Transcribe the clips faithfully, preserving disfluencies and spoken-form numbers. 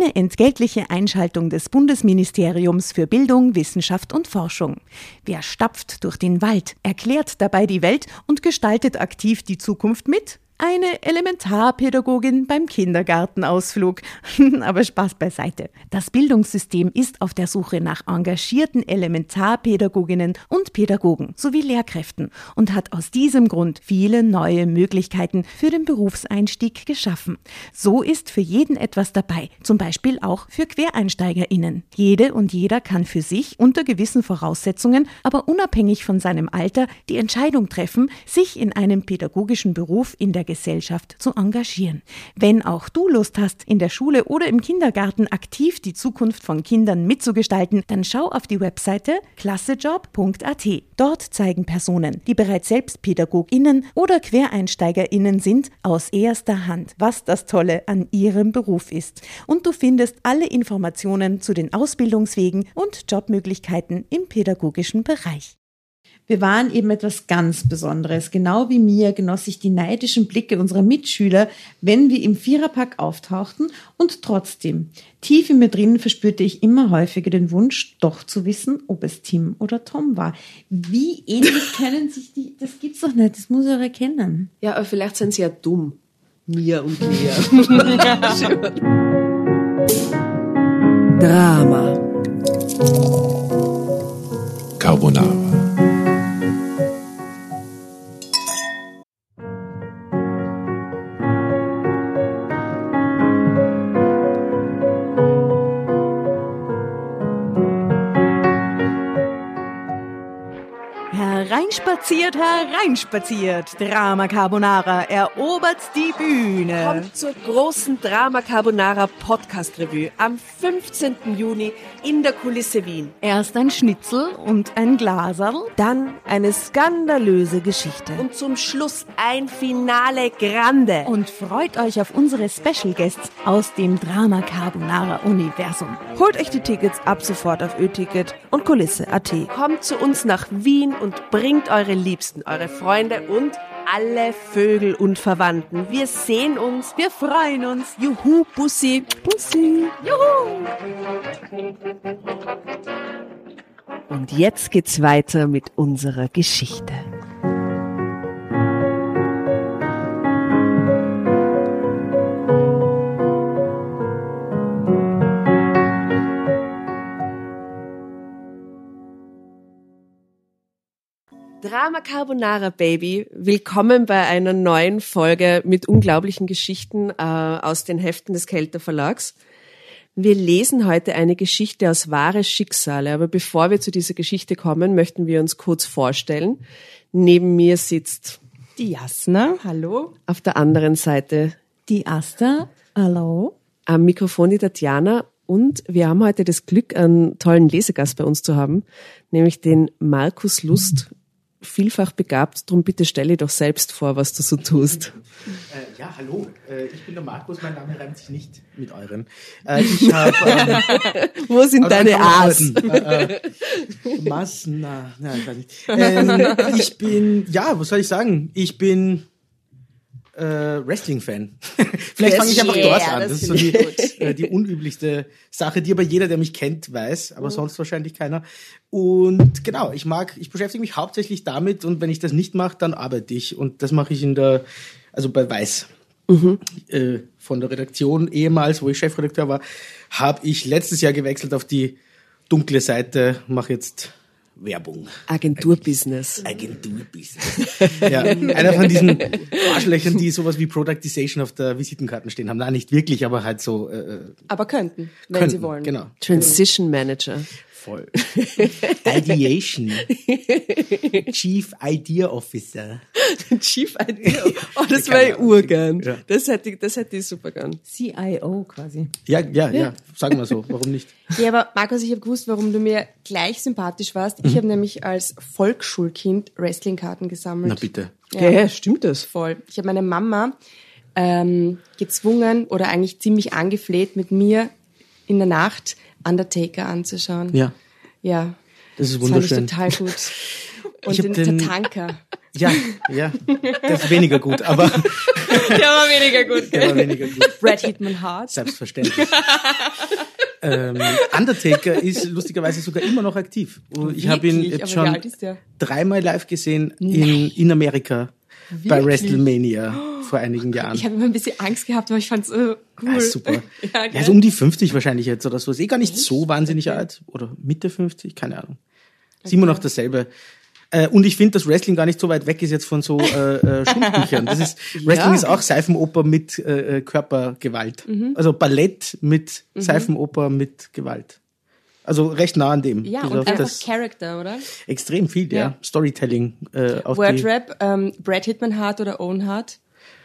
Eine entgeltliche Einschaltung des Bundesministeriums für Bildung, Wissenschaft und Forschung. Wer stapft durch den Wald, erklärt dabei die Welt und gestaltet aktiv die Zukunft mit? Eine Elementarpädagogin beim Kindergartenausflug. Aber Spaß beiseite. Das Bildungssystem ist auf der Suche nach engagierten Elementarpädagoginnen und Pädagogen sowie Lehrkräften und hat aus diesem Grund viele neue Möglichkeiten für den Berufseinstieg geschaffen. So ist für jeden etwas dabei, zum Beispiel auch für QuereinsteigerInnen. Jede und jeder kann für sich unter gewissen Voraussetzungen, aber unabhängig von seinem Alter, die Entscheidung treffen, sich in einem pädagogischen Beruf in der Gesellschaft zu engagieren. Wenn auch du Lust hast, in der Schule oder im Kindergarten aktiv die Zukunft von Kindern mitzugestalten, dann schau auf die Webseite klassejob punkt a t. Dort zeigen Personen, die bereits selbst PädagogInnen oder QuereinsteigerInnen sind, aus erster Hand, was das Tolle an ihrem Beruf ist. Und du findest alle Informationen zu den Ausbildungswegen und Jobmöglichkeiten im pädagogischen Bereich. Wir waren eben etwas ganz Besonderes. Genau wie mir genoss ich die neidischen Blicke unserer Mitschüler, wenn wir im Viererpack auftauchten, und trotzdem, tief in mir drin verspürte ich immer häufiger den Wunsch, doch zu wissen, ob es Tim oder Tom war. Wie ähnlich kennen sich die? Das gibt's doch nicht, das muss ich auch erkennen. Ja, aber vielleicht sind sie ja dumm. Mir und mir. Drama. Carbonara. Hereinspaziert, hereinspaziert. Drama Carbonara erobert die Bühne. Kommt zur großen Drama Carbonara Podcast Revue am fünfzehnten Juni in der Kulisse Wien. Erst ein Schnitzel und ein Glaserl. Dann eine skandalöse Geschichte. Und zum Schluss ein Finale Grande. Und freut euch auf unsere Special Guests aus dem Drama Carbonara Universum. Holt euch die Tickets ab sofort auf Ö-Ticket und Kulisse punkt a t. Kommt zu uns nach Wien und bringt eure Liebsten, eure Freunde und alle Vögel und Verwandten. Wir sehen uns, wir freuen uns. Juhu, Bussi. Bussi. Juhu. Und jetzt geht's weiter mit unserer Geschichte. Drama Carbonara, Baby. Willkommen bei einer neuen Folge mit unglaublichen Geschichten äh, aus den Heften des Kelter Verlags. Wir lesen heute eine Geschichte aus wahre Schicksale, aber bevor wir zu dieser Geschichte kommen, möchten wir uns kurz vorstellen. Neben mir sitzt die Jasna, hallo. Auf der anderen Seite die Asta, hallo. Am Mikrofon die Tatjana. Und wir haben heute das Glück, einen tollen Lesegast bei uns zu haben, nämlich den Markus Lust, vielfach begabt. Drum bitte stelle doch selbst vor, was du so tust. Äh, ja, hallo. Äh, ich bin der Markus. Mein Name reimt sich nicht mit euren. Äh, ich habe. Ähm, Wo sind deine A's? Äh, äh, Mas, na, na, ich weiß nicht. Ähm, ich bin, ja, was soll ich sagen? Ich bin äh, Wrestling-Fan. Vielleicht fange ich einfach yeah, dort an. Das, das ist so die, äh, die unüblichste Sache, die aber jeder, der mich kennt, weiß, aber mhm. sonst wahrscheinlich keiner. Und genau, ich mag, ich beschäftige mich hauptsächlich damit, und wenn ich das nicht mache, dann arbeite ich. Und das mache ich in der, also bei Weiß. Mhm. Äh, von der Redaktion ehemals, wo ich Chefredakteur war, habe ich letztes Jahr gewechselt auf die dunkle Seite, mache jetzt Werbung. Agenturbusiness. Agenturbusiness. Ja, einer von diesen Arschlöchern, die sowas wie Productization auf der Visitenkarten stehen haben. Nein, nicht wirklich, aber halt so. Äh, aber könnten, wenn könnten, sie wollen. Genau. Transition Manager. Voll. Ideation. Chief Idea Officer. Chief Idea Officer. Oh, das wäre ich urgern. Ja. Das hätte ich, das hätte ich super gern. C I O quasi. Ja, ja, ja, ja. Sagen wir so. Warum nicht? Ja, aber Markus, ich habe gewusst, warum du mir gleich sympathisch warst. Ich mhm. habe nämlich als Volksschulkind Wrestlingkarten gesammelt. Na bitte. Ja, ja, stimmt das? Voll. Ich habe meine Mama ähm, gezwungen oder eigentlich ziemlich angefleht, mit mir in der Nacht Undertaker anzuschauen. Ja. Ja. Das ist wunderschön. Das fand ich total gut. Und den, den Tatanka. Ja, ja. Das ist weniger gut, aber. Der war weniger gut. Der war weniger gut. Brad Hitman Hart. Selbstverständlich. ähm, Undertaker ist lustigerweise sogar immer noch aktiv. Ich habe ihn Wirklich? jetzt Aber wie schon alt ist der? dreimal live gesehen in, in Amerika bei WrestleMania vor einigen Jahren. Ich habe immer ein bisschen Angst gehabt, aber ich fand's äh, cool. Ah, super. Ja, Ja, so um die fünfzig wahrscheinlich jetzt oder so. Ist eh gar nicht so wahnsinnig alt. Oder Mitte fünfzig, keine Ahnung. Ist immer noch dasselbe. Äh, und ich finde, dass Wrestling gar nicht so weit weg ist jetzt von so äh, äh, Schulbüchern. Das ist, Wrestling Ja. ist auch Seifenoper mit äh, Körpergewalt. Also Ballett mit Seifenoper mit Gewalt. Also recht nah an dem. Ja, Bis und auf einfach das Character, oder? extrem viel, ja. Ja. Storytelling äh, auf die Wordrap, ähm, Brad Hitman Hart oder Owen Hart?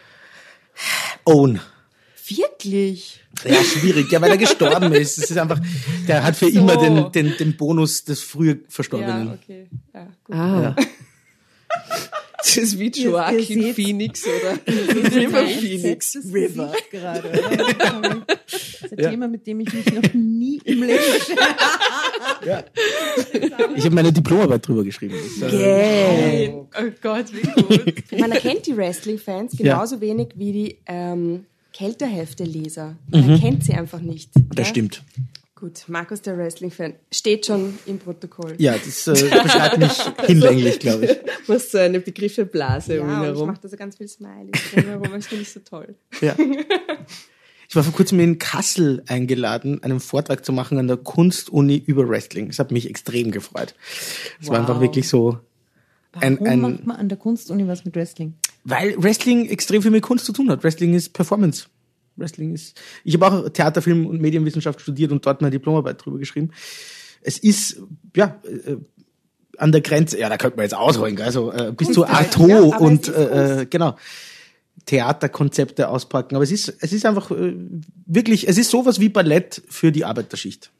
Own. Wirklich? Ja, schwierig, ja, weil er gestorben ist. Es ist einfach, der hat für So. immer den, den, den Bonus des früher Verstorbenen. Ja, okay. Ja, gut. Ah. Das ist wie ihr Joaquin seht- Phoenix oder River Phoenix. Das River. Gesicht gerade, oder? Das ist ein Ja. Thema, mit dem ich mich noch nie im Leben Ja. Ich habe meine Diplomarbeit drüber geschrieben. Das, äh, Gell. Oh Gott, wie gut. Man erkennt die Wrestling-Fans genauso wenig wie die ähm, Kältehefte-Leser. Man erkennt sie einfach nicht. Das ja? stimmt. Gut, Markus, der Wrestling-Fan, steht schon im Protokoll. Ja, das äh, beschreibt mich hinlänglich, glaube ich. Was so eine Begriffeblase Ja, um ihn und ich herum. mache da so ganz viel Smileys drumherum. Das finde ich so toll. Ja. Ich war vor kurzem in Kassel eingeladen, einen Vortrag zu machen an der Kunstuni über Wrestling. Das hat mich extrem gefreut. Es war Wow. einfach wirklich so ein, Warum ein macht man an der Kunstuni was mit Wrestling? weil Wrestling extrem viel mit Kunst zu tun hat. Wrestling ist Performance. Wrestling ist. Ich habe auch Theater, Film und Medienwissenschaft studiert und dort meine Diplomarbeit drüber geschrieben. Es ist ja äh, an der Grenze. Ja, da könnte man jetzt ausholen, gell? Also äh, bis zu Arto ja, aber und es ist äh, äh, genau Theaterkonzepte auspacken. Aber es ist es ist einfach äh, wirklich. Es ist sowas wie Ballett für die Arbeiterschicht.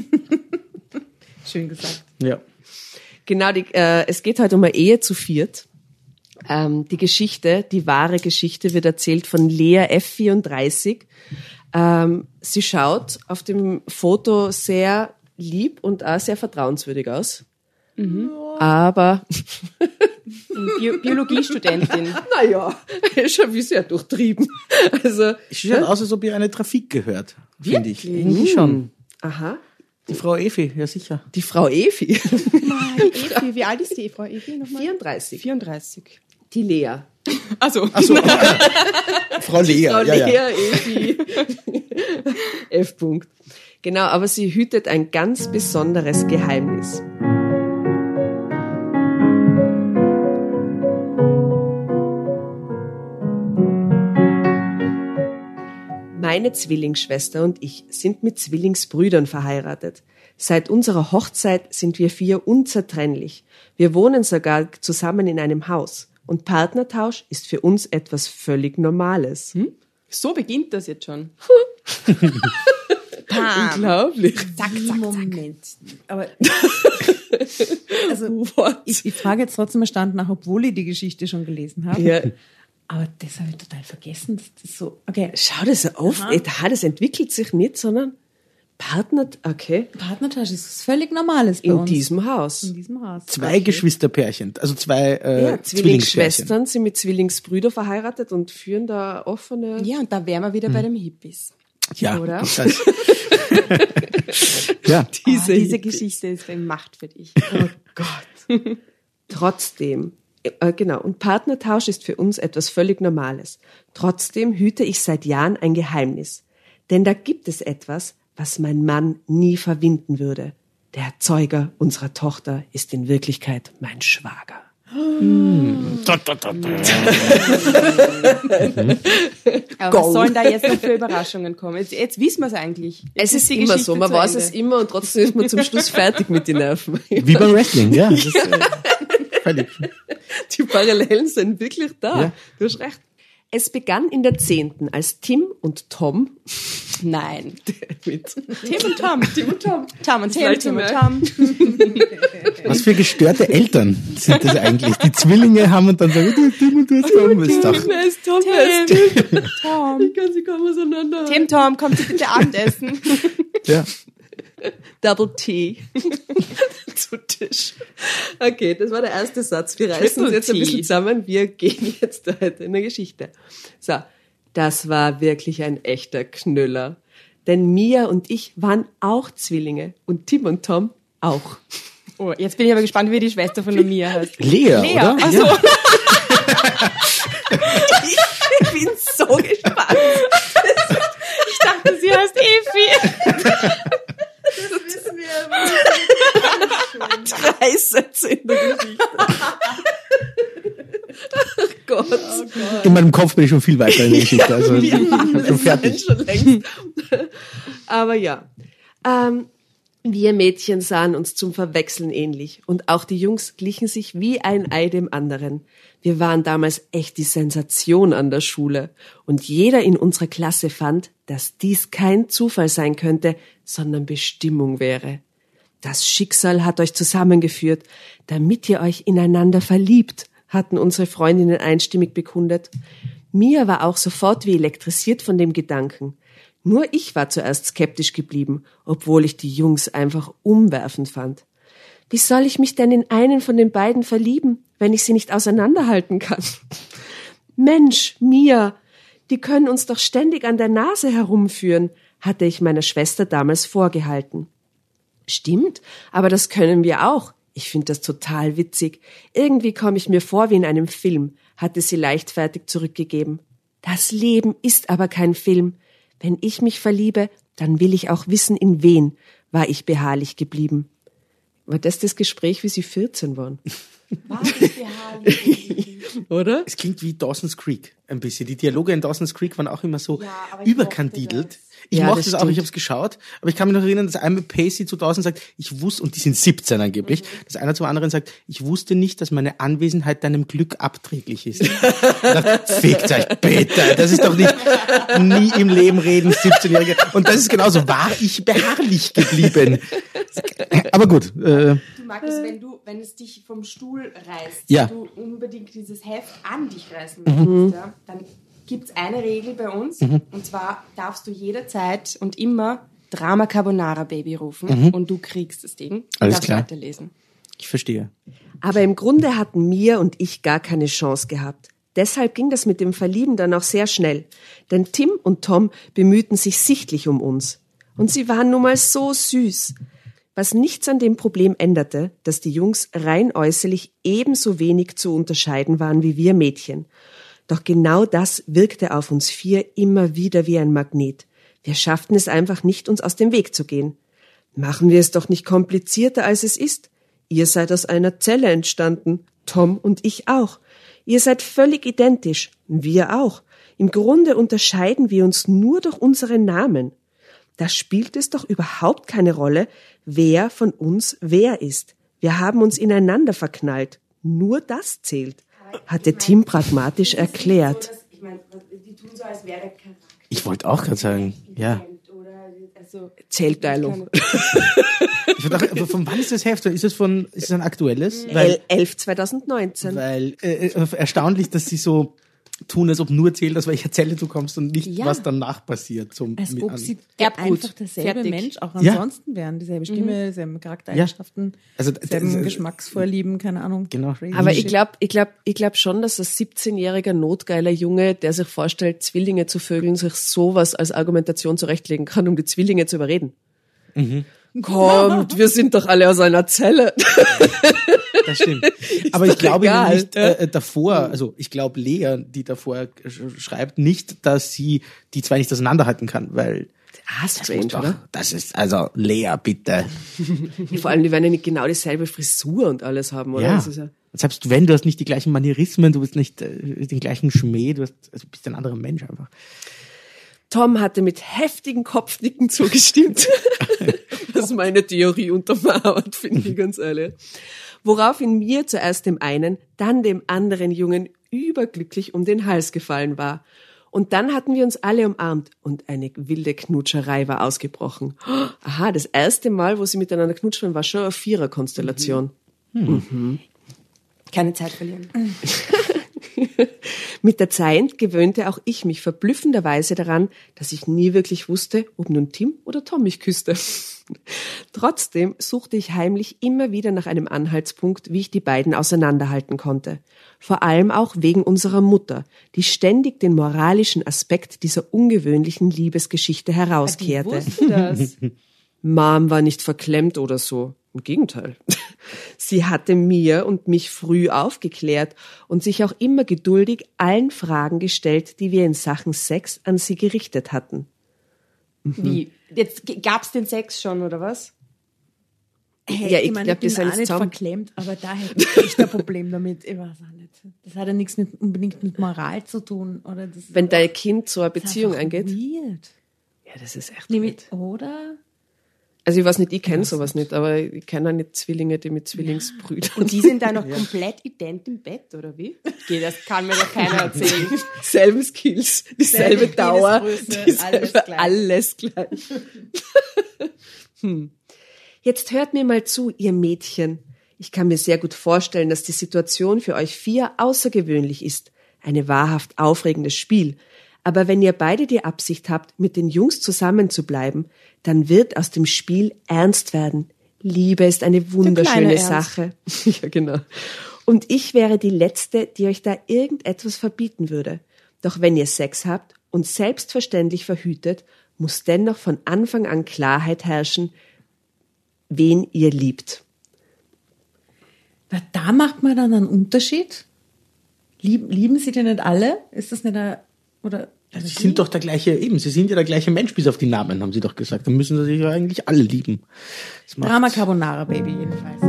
Schön gesagt. Ja. Genau, die, äh, es geht heute um eine Ehe zu viert. Ähm, die Geschichte, die wahre Geschichte wird erzählt von Lea F vierunddreißig. Ähm, sie schaut auf dem Foto sehr lieb und auch sehr vertrauenswürdig aus. Aber, Bio Biologiestudentin. naja, ist schon wie sehr durchtrieben. Also, Es schaut aus, als ob ihr eine Trafik gehört, finde ich. Irgendwie schon. aha, Die Frau Evi, ja sicher. die Frau Evi, Evi, wie alt ist die Frau Evi nochmal? vierunddreißig. vierunddreißig. Die Lea. Also, Ach so. Frau Lea, Frau ja, Lea, ja. Evi. F. -Punkt. Genau, aber sie hütet ein ganz besonderes Geheimnis. Meine Zwillingsschwester und ich sind mit Zwillingsbrüdern verheiratet. Seit unserer Hochzeit sind wir vier unzertrennlich. Wir wohnen sogar zusammen in einem Haus. Und Partnertausch ist für uns etwas völlig Normales. Hm? so beginnt das jetzt schon. Unglaublich. Zack, zack, Moment. Aber also, What? ich, ich frage jetzt trotzdem mal Stand nach, obwohl ich die Geschichte schon gelesen habe. Ja. Aber das habe ich total vergessen. Das ist so, okay. Schau das auf. Aha. Ey, da, das entwickelt sich nicht, sondern Partner, okay, Partnertausch ist was völlig Normales bei in uns. diesem Haus. In diesem Haus. Zwei Geschwisterpärchen, also zwei äh, Ja, Zwillingsschwestern. Zwillingsschwestern sind mit Zwillingsbrüdern verheiratet und führen da offene... Ja, und da wären wir wieder bei den Hippies. Ja, Oder? das heißt, ja. Diese, diese Geschichte ist eine Macht für dich. Oh Gott. Trotzdem, äh, genau, und Partnertausch ist für uns etwas völlig Normales. Trotzdem hüte ich seit Jahren ein Geheimnis. Denn da gibt es etwas, was mein Mann nie verwinden würde. Der Erzeuger unserer Tochter ist in Wirklichkeit mein Schwager. Aber was sollen da jetzt noch für Überraschungen kommen? Jetzt, jetzt wissen wir es eigentlich. Jetzt Es ist die immer Geschichte so, man zu weiß Ende. es immer und trotzdem ist man zum Schluss fertig mit den Nerven. Wie beim Wrestling, ja. Das ist, äh, völlig. Die Parallelen sind wirklich da. Ja. Du hast recht. Es begann in der zehnten, als Tim und Tom Nein. mit Tim und Tom. Tim und Tom. Tom und Tim, Sollte Tim und man- Tom. Was für gestörte Eltern sind das eigentlich? Die Zwillinge haben und dann sagen, du Tim und du hast Tom. Das ist doch, Wer ist Tom? Wer ist Tim? Tom. Ich kann sie kaum auseinander. Tim, Tom, kommt Sie bitte Abendessen. ja. Double T zu Tisch. Okay, das war der erste Satz. Wir reißen uns jetzt ein bisschen zusammen. Wir gehen jetzt heute in eine Geschichte. So, das war wirklich ein echter Knüller. Denn Mia und ich waren auch Zwillinge und Tim und Tom auch. Oh, jetzt bin ich aber gespannt, wie die Schwester von der Mia heißt. Lea, Lea, oder? ach so. Ja. Ich bin so gespannt. Ich dachte, sie heißt Evi. Das wissen wir aber nicht. Drei Sätze in der Geschichte. Oh Gott. Oh Gott. In meinem Kopf bin ich schon viel weiter in der Geschichte. Also Ja, ich bin schon fertig. Schon längst. Aber ja, ähm, wir Mädchen sahen uns zum Verwechseln ähnlich und auch die Jungs glichen sich wie ein Ei dem anderen. Wir waren damals echt die Sensation an der Schule und jeder in unserer Klasse fand, dass dies kein Zufall sein könnte, sondern Bestimmung wäre. Das Schicksal hat euch zusammengeführt, damit ihr euch ineinander verliebt, hatten unsere Freundinnen einstimmig bekundet. Mia war auch sofort wie elektrisiert von dem Gedanken. Nur ich war zuerst skeptisch geblieben, obwohl ich die Jungs einfach umwerfend fand. Wie soll ich mich denn in einen von den beiden verlieben, wenn ich sie nicht auseinanderhalten kann? Mensch, Mia, die können uns doch ständig an der Nase herumführen, hatte ich meiner Schwester damals vorgehalten. Stimmt, aber das können wir auch. Ich finde das total witzig. Irgendwie komme ich mir vor wie in einem Film, hatte sie leichtfertig zurückgegeben. Das Leben ist aber kein Film. Wenn ich mich verliebe, dann will ich auch wissen, in wen, war ich beharrlich geblieben. War das das Gespräch, wie sie vierzehn waren? War ich beharrlich? Oder? Es klingt wie Dawson's Creek ein bisschen. Die Dialoge in Dawson's Creek waren auch immer so Ja, aber ich überkandidelt. mochte Ich Ja, mochte das das auch, stimmt. ich habe es geschaut, aber ich kann mich noch erinnern, dass einmal Pacey zu Dawson sagt, ich wusste, und die sind siebzehn angeblich, dass einer zum anderen sagt, ich wusste nicht, dass meine Anwesenheit deinem Glück abträglich ist. Ich dachte, fickt euch bitte, das ist doch nicht nie im Leben reden, siebzehnjährige. Und das ist genauso, war ich beharrlich geblieben. Aber gut, äh, Du Markus, wenn du, wenn es dich vom Stuhl reißt, Ja. und du unbedingt dieses Heft an dich reißen möchtest, ja, dann gibt's eine Regel bei uns, Mhm. und zwar darfst du jederzeit und immer Drama Carbonara Baby rufen und du kriegst das Ding und Mhm. Alles darfst klar. weiterlesen. ich verstehe. Aber im Grunde hatten Mia und ich gar keine Chance gehabt. Deshalb ging das mit dem Verlieben dann auch sehr schnell. Denn Tim und Tom bemühten sich sichtlich um uns. Und sie waren nun mal so süß. Was nichts an dem Problem änderte, dass die Jungs rein äußerlich ebenso wenig zu unterscheiden waren wie wir Mädchen. Doch genau das wirkte auf uns vier immer wieder wie ein Magnet. Wir schafften es einfach nicht, uns aus dem Weg zu gehen. Machen wir es doch nicht komplizierter, als es ist. Ihr seid aus einer Zelle entstanden, Tom und ich auch. Ihr seid völlig identisch, wir auch. Im Grunde unterscheiden wir uns nur durch unsere Namen. Da spielt es doch überhaupt keine Rolle, wer von uns wer ist. Wir haben uns ineinander verknallt. Nur das zählt, hatte Tim pragmatisch erklärt. So, dass, ich meine, die tun so, als wäre der Charakter. Ich wollte auch gerade sagen, ja. Oder, also, Zählteilung. Ich wollte auch, aber von wann ist das Heft? Ist es von, ist es ein aktuelles? Weil, elf zweitausendneunzehn. weil äh, äh, erstaunlich, dass sie so tun, als ob nur zählt, aus welcher Zelle du kommst und nicht, Ja. was danach passiert. Zum, Als mit ob an- sie Erbgut. einfach derselbe Fertig. Mensch auch Ja. ansonsten wären. Dieselbe Stimme, dieselben Charaktereigenschaften, Also, dieselben das- Geschmacksvorlieben, keine Ahnung. Genau. Crazy Aber ich shit. glaube ich glaub, ich glaub schon, dass ein siebzehnjähriger notgeiler Junge, der sich vorstellt, Zwillinge zu vögeln, sich sowas als Argumentation zurechtlegen kann, um die Zwillinge zu überreden. Kommt, wir sind doch alle aus einer Zelle. Das stimmt. Aber ich doch glaube egal, nicht äh, davor, also ich glaube Lea, die davor sch- schreibt, nicht, dass sie die zwei nicht auseinanderhalten kann, weil Ah, strange, doch, oder? das ist, also Lea, bitte. Vor allem, die werden ja nicht genau dieselbe Frisur und alles haben, oder? Ja. Das ist ja Selbst wenn, du hast nicht die gleichen Manierismen, du bist nicht äh, den gleichen Schmäh, du hast, also du bist ein anderer Mensch einfach. Tom hatte mit heftigen Kopfnicken zugestimmt, was meine Theorie untermauert, finde ich ganz ehrlich. Woraufhin mir zuerst dem einen, dann dem anderen Jungen überglücklich um den Hals gefallen war. Und dann hatten wir uns alle umarmt und eine wilde Knutscherei war ausgebrochen. Aha, das erste Mal, wo sie miteinander knutschen, war schon eine Vierer-Konstellation. keine Zeit verlieren. Mit der Zeit gewöhnte auch ich mich verblüffenderweise daran, dass ich nie wirklich wusste, ob nun Tim oder Tom mich küsste. Trotzdem suchte ich heimlich immer wieder nach einem Anhaltspunkt, wie ich die beiden auseinanderhalten konnte. Vor allem auch wegen unserer Mutter, die ständig den moralischen Aspekt dieser ungewöhnlichen Liebesgeschichte herauskehrte. Die wusste das. Mom war nicht verklemmt oder so. Im Gegenteil. Sie hatte mir und mich früh aufgeklärt und sich auch immer geduldig allen Fragen gestellt, die wir in Sachen Sex an sie gerichtet hatten. Wie? Jetzt g- gab's den Sex schon, oder was? Hey, Ja, ich meine, glaub, die bin sind auch jetzt nicht zusammen. verklemmt, aber da hätte ich echt ein Problem damit. Ich weiß auch nicht. Das hat ja nichts mit, unbedingt mit Moral zu tun. Oder das Wenn dein Kind so eine das ist Beziehung einfach eingeht. Weird. Ja, das ist echt Nämlich, weird. oder? Also ich weiß nicht, ich kenne sowas nicht, aber ich kenne auch nicht Zwillinge, die mit Zwillingsbrüdern. Und die sind dann noch komplett ident im Bett, oder wie? Okay, das kann mir doch keiner erzählen. Selben Skills, dieselbe Selbe Dauer, Penisgröße, dieselbe, alles gleich. alles gleich. hm. Jetzt hört mir mal zu, ihr Mädchen. Ich kann mir sehr gut vorstellen, dass die Situation für euch vier außergewöhnlich ist. Eine wahrhaft aufregendes Spiel. Aber wenn ihr beide die Absicht habt, mit den Jungs zusammen zu bleiben, dann wird aus dem Spiel ernst werden. Liebe ist eine wunderschöne Ernst. Sache. Ja, genau. Und ich wäre die Letzte, die euch da irgendetwas verbieten würde. Doch wenn ihr Sex habt und selbstverständlich verhütet, muss dennoch von Anfang an Klarheit herrschen, wen ihr liebt. Na, da macht man dann einen Unterschied. Lieb, lieben Sie denn nicht alle? Ist das nicht ein, oder? Sie sind doch der gleiche, eben, sie sind ja der gleiche Mensch, bis auf die Namen, haben sie doch gesagt. Dann müssen sie sich ja eigentlich alle lieben. Das macht- Drama Carbonara Baby jedenfalls.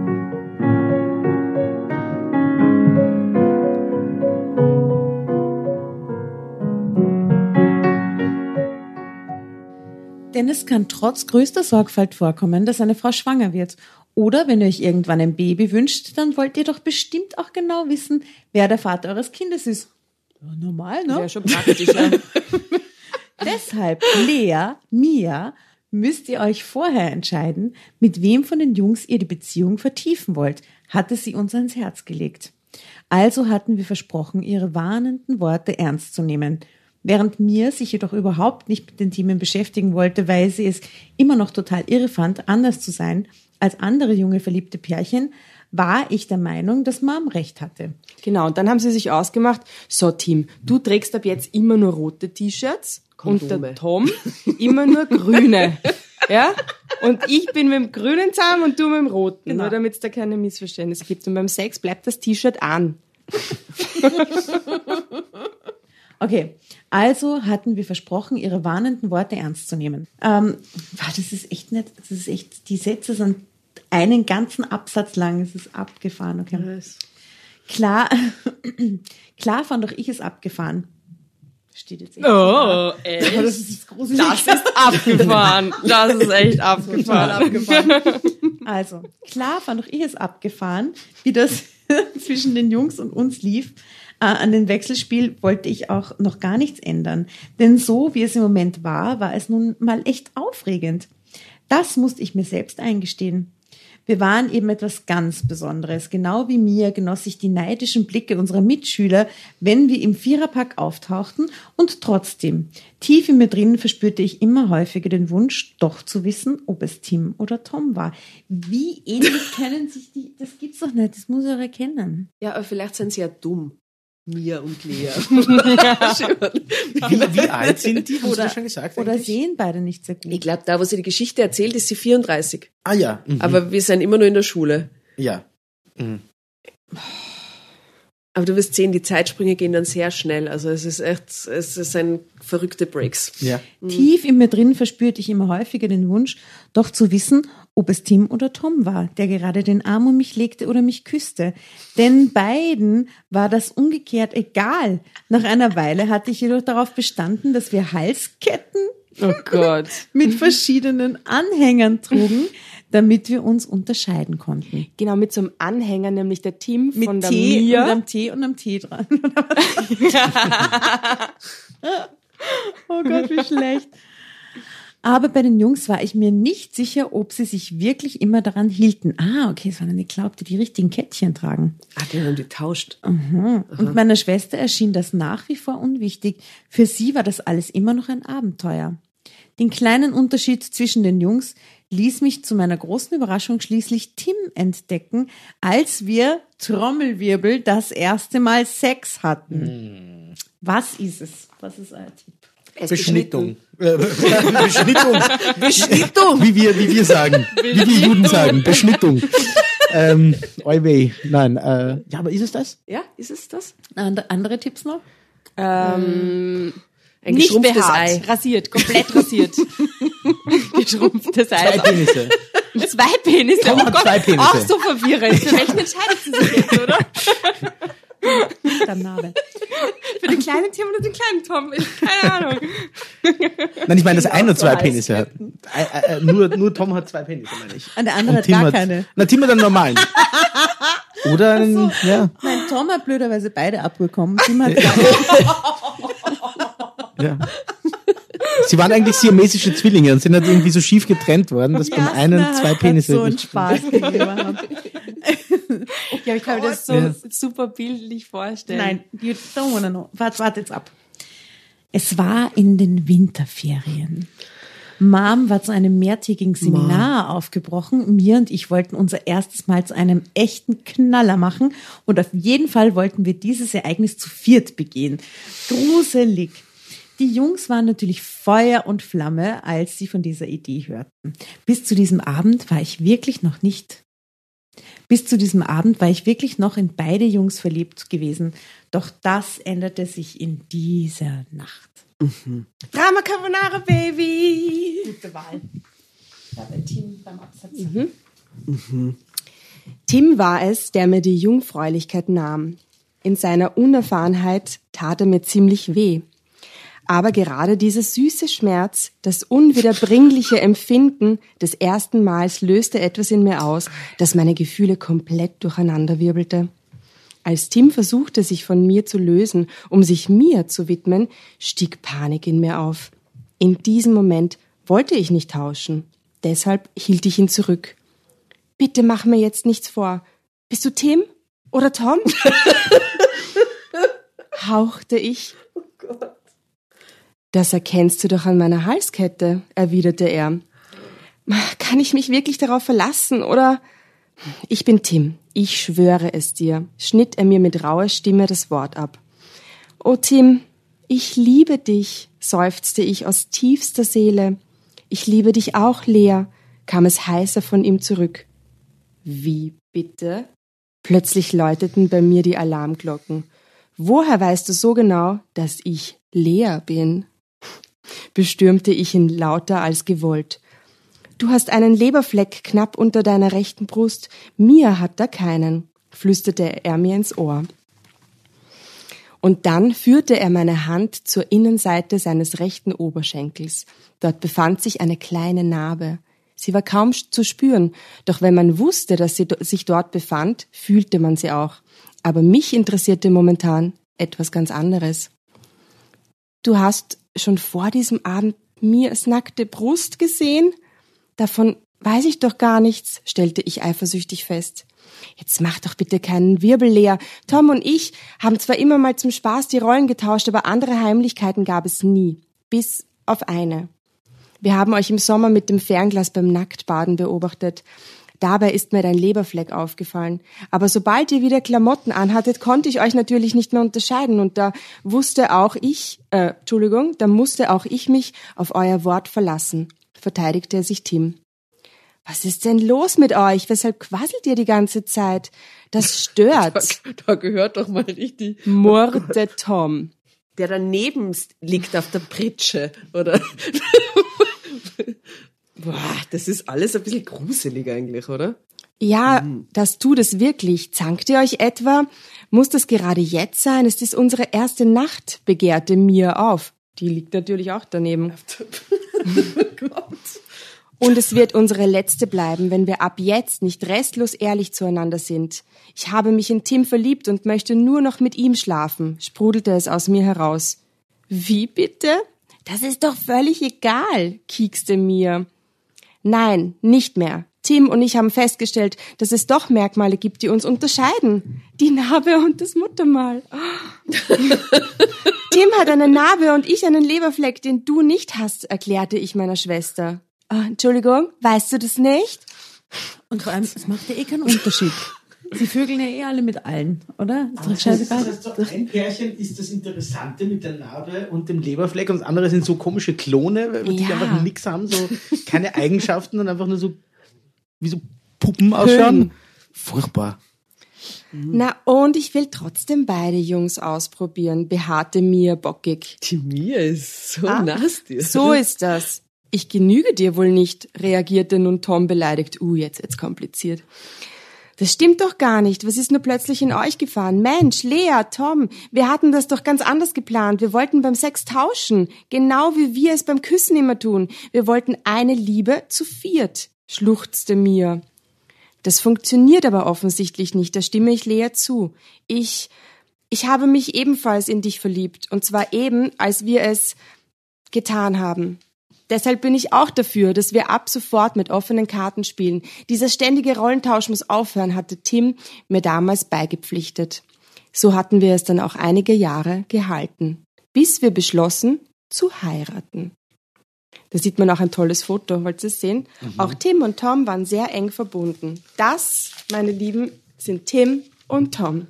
Denn es kann trotz größter Sorgfalt vorkommen, dass eine Frau schwanger wird. Oder wenn ihr euch irgendwann ein Baby wünscht, dann wollt ihr doch bestimmt auch genau wissen, wer der Vater eures Kindes ist. Ja, normal, ne? Ja, schon praktisch, ja. Deshalb, Lea, Mia, müsst ihr euch vorher entscheiden, mit wem von den Jungs ihr die Beziehung vertiefen wollt, hatte sie uns ans Herz gelegt. Also hatten wir versprochen, ihre warnenden Worte ernst zu nehmen. Während Mia sich jedoch überhaupt nicht mit den Themen beschäftigen wollte, weil sie es immer noch total irre fand, anders zu sein als andere junge verliebte Pärchen, war ich der Meinung, dass Mom recht hatte. Genau, und dann haben sie sich ausgemacht, so Tim, du trägst ab jetzt immer nur rote T-Shirts und Kondome. der Tom immer nur grüne. Ja? Und ich bin mit dem grünen zusammen und du mit dem roten, Genau. nur damit es da keine Missverständnisse gibt. Und beim Sex bleibt das T-Shirt an. Okay, also hatten wir versprochen, ihre warnenden Worte ernst zu nehmen. Ähm, wow, das ist echt nicht, das ist echt, die Sätze sind einen ganzen Absatz lang, es ist abgefahren, okay. Klar, klar fand doch ich es abgefahren. Steht jetzt echt. Oh, Aber das ist gruselig. Das ist abgefahren. Das ist echt abgefahren. abgefahren. Also, klar fand doch ich es abgefahren, wie das zwischen den Jungs und uns lief. Äh, an dem Wechselspiel wollte ich auch noch gar nichts ändern. Denn so, wie es im Moment war, war es nun mal echt aufregend. Das musste ich mir selbst eingestehen. Wir waren eben etwas ganz Besonderes. Genau wie mir genoss ich die neidischen Blicke unserer Mitschüler, wenn wir im Viererpack auftauchten. Und trotzdem, tief in mir drin verspürte ich immer häufiger den Wunsch, doch zu wissen, ob es Tim oder Tom war. Wie ähnlich können sich die, das gibt's doch nicht, das muss ich auch erkennen. Ja, aber vielleicht sind sie ja dumm. Mia und Lea. Wie, wie alt sind die? Haben Sie Oder, das schon gesagt? oder eigentlich? sehen beide nicht sehr gut. Ich glaube, da, wo sie die Geschichte erzählt, ist sie vierunddreißig. Ah ja. Mhm. Aber wir sind immer nur in der Schule. ja. Mhm. Aber du wirst sehen, die Zeitsprünge gehen dann sehr schnell. Also es ist echt, es sind verrückte Breaks. Ja. Tief in mir drin verspürte ich immer häufiger den Wunsch, doch zu wissen, ob es Tim oder Tom war, der gerade den Arm um mich legte oder mich küsste. Denn beiden war das umgekehrt egal. Nach einer Weile hatte ich jedoch darauf bestanden, dass wir Halsketten Oh Gott. mit verschiedenen Anhängern trugen, damit wir uns unterscheiden konnten. Genau, mit so einem Anhänger, nämlich der Tim Mit von der T und Mia. einem T und einem T dran. Oh Gott, wie schlecht. Aber bei den Jungs war ich mir nicht sicher, ob sie sich wirklich immer daran hielten. Ah, okay, es waren eine Klaub, die die richtigen Kettchen tragen. Ah, die haben die tauscht. Mhm. Und meiner Schwester erschien das nach wie vor unwichtig. Für sie war das alles immer noch ein Abenteuer. Den kleinen Unterschied zwischen den Jungs ließ mich zu meiner großen Überraschung schließlich Tim entdecken, als wir, Trommelwirbel, das erste Mal Sex hatten. Hm. Was ist es? Was ist euer Tipp? Beschnittung. Beschnittung. Beschnittung. Wie wir, wie wir sagen. Wie wir Juden sagen. Beschnittung. ähm, oi weh. Nein, äh, ja, aber ist es das? Ja, ist es das? And- andere Tipps noch? Ähm, Ein nicht geschrumpftes behaart, Ei. rasiert, komplett rasiert. Geschrumpftes Ei. Zwei Penisse. Zwei Penisse. Tom hat zwei Penisse. Ach, so verwirrend. Für welchen entscheidet sie sich jetzt, oder? Der Name. Für den kleinen Tim oder den kleinen Tom? Keine Ahnung. Nein, ich meine, dass einer zwei heiß Penisse hat. Äh, äh, nur, nur Tom hat zwei Penisse, meine ich. Und der andere Und hat Tim gar hat, keine. Na, Tim hat einen normalen. Oder einen, ja. Nein, Tom hat blöderweise beide abbekommen. Tim hat Ja. Sie waren eigentlich siamesische Zwillinge und sind halt irgendwie so schief getrennt worden, dass beim einen Jasna zwei hat Penisse so einen Spaß gegeben haben. Ja, ich kann mir das so Ja. super bildlich vorstellen. Nein, you don't wanna know. Warte, warte jetzt ab. Es war in den Winterferien. Mom war zu einem mehrtägigen Seminar aufgebrochen. Mir und ich wollten unser erstes Mal zu einem echten Knaller machen und auf jeden Fall wollten wir dieses Ereignis zu viert begehen. Gruselig. Die Jungs waren natürlich Feuer und Flamme, als sie von dieser Idee hörten. Bis zu diesem Abend war ich wirklich noch nicht Bis zu diesem Abend war ich wirklich noch in beide Jungs verliebt gewesen. Doch das änderte sich in dieser Nacht. Drama Carbonara, Baby! Gute Wahl. Ja, bei Tim beim Absatz. Tim war es, der mir die Jungfräulichkeit nahm. In seiner Unerfahrenheit tat er mir ziemlich weh. Aber gerade dieser süße Schmerz, das unwiederbringliche Empfinden des ersten Mals löste etwas in mir aus, das meine Gefühle komplett durcheinanderwirbelte. Als Tim versuchte, sich von mir zu lösen, um sich mir zu widmen, stieg Panik in mir auf. In diesem Moment wollte ich nicht tauschen. Deshalb hielt ich ihn zurück. Bitte mach mir jetzt nichts vor. Bist du Tim oder Tom? Hauchte ich. Oh Gott. Das erkennst du doch an meiner Halskette, erwiderte er. Kann ich mich wirklich darauf verlassen, oder? Ich bin Tim, ich schwöre es dir, schnitt er mir mit rauer Stimme das Wort ab. Oh Tim, ich liebe dich, seufzte ich aus tiefster Seele. Ich liebe dich auch, Lea, kam es heiser von ihm zurück. Wie bitte? Plötzlich läuteten bei mir die Alarmglocken. Woher weißt du so genau, dass ich Lea bin? Bestürmte ich ihn lauter als gewollt. Du hast einen Leberfleck knapp unter deiner rechten Brust, mir hat er keinen, flüsterte er mir ins Ohr. Und dann führte er meine Hand zur Innenseite seines rechten Oberschenkels. Dort befand sich eine kleine Narbe. Sie war kaum zu spüren, doch wenn man wusste, dass sie sich dort befand, fühlte man sie auch. Aber mich interessierte momentan etwas ganz anderes. Du hast schon vor diesem Abend Mias nackte Brust gesehen? Davon weiß ich doch gar nichts, stellte ich eifersüchtig fest. Jetzt mach doch bitte keinen Wirbel, Lea. Tom und ich haben zwar immer mal zum Spaß die Rollen getauscht, aber andere Heimlichkeiten gab es nie. Bis auf eine. Wir haben euch im Sommer mit dem Fernglas beim Nacktbaden beobachtet. Dabei ist mir dein Leberfleck aufgefallen. Aber sobald ihr wieder Klamotten anhattet, konnte ich euch natürlich nicht mehr unterscheiden. Und da wusste auch ich, äh, Entschuldigung, da musste auch ich mich auf euer Wort verlassen, verteidigte sich Tim. Was ist denn los mit euch? Weshalb quasselt ihr die ganze Zeit? Das stört. Da, da gehört doch mal richtig. Murrte Tom. Der daneben liegt auf der Pritsche, oder? Boah, das ist alles ein bisschen gruselig eigentlich, oder? Ja, das tut es wirklich. Zankt ihr euch etwa? Muss das gerade jetzt sein? Es ist unsere erste Nacht, begehrte Mir auf. Die liegt natürlich auch daneben. Oh Gott. Und es wird unsere letzte bleiben, wenn wir ab jetzt nicht restlos ehrlich zueinander sind. Ich habe mich in Tim verliebt und möchte nur noch mit ihm schlafen, sprudelte es aus mir heraus. Wie bitte? Das ist doch völlig egal, kiekste Mia. Nein, nicht mehr. Tim und ich haben festgestellt, dass es doch Merkmale gibt, die uns unterscheiden. Die Narbe und das Muttermal. Tim hat eine Narbe und ich einen Leberfleck, den du nicht hast, erklärte ich meiner Schwester. Oh, Entschuldigung, weißt du das nicht? Und vor allem, es macht ja eh keinen Unterschied. Sie vögeln ja eh alle mit allen, oder? Ist doch scheißegal. Das heißt, so ein Pärchen ist das Interessante mit der Narbe und dem Leberfleck und das andere sind so komische Klone, die Ja. einfach nichts haben, so keine Eigenschaften und einfach nur so wie so Puppen ausschauen. Höhen. Furchtbar. Na, und ich will trotzdem beide Jungs ausprobieren, beharrte Mia bockig. Die Mia ist so Ah, nasty. So ist das. Ich genüge dir wohl nicht, reagierte nun Tom beleidigt. Uh, jetzt wird's kompliziert. Das stimmt doch gar nicht. Was ist nur plötzlich in euch gefahren? Mensch, Lea, Tom, wir hatten das doch ganz anders geplant. Wir wollten beim Sex tauschen. Genau wie wir es beim Küssen immer tun. Wir wollten eine Liebe zu viert, schluchzte Mia. Das funktioniert aber offensichtlich nicht, da stimme ich Lea zu. Ich, ich habe mich ebenfalls in dich verliebt. Und zwar eben, als wir es getan haben. Deshalb bin ich auch dafür, dass wir ab sofort mit offenen Karten spielen. Dieser ständige Rollentausch muss aufhören, hatte Tim mir damals beigepflichtet. So hatten wir es dann auch einige Jahre gehalten, bis wir beschlossen, zu heiraten. Da sieht man auch ein tolles Foto, wollt ihr es sehen? Mhm. Auch Tim und Tom waren sehr eng verbunden. Das, meine Lieben, sind Tim und Tom.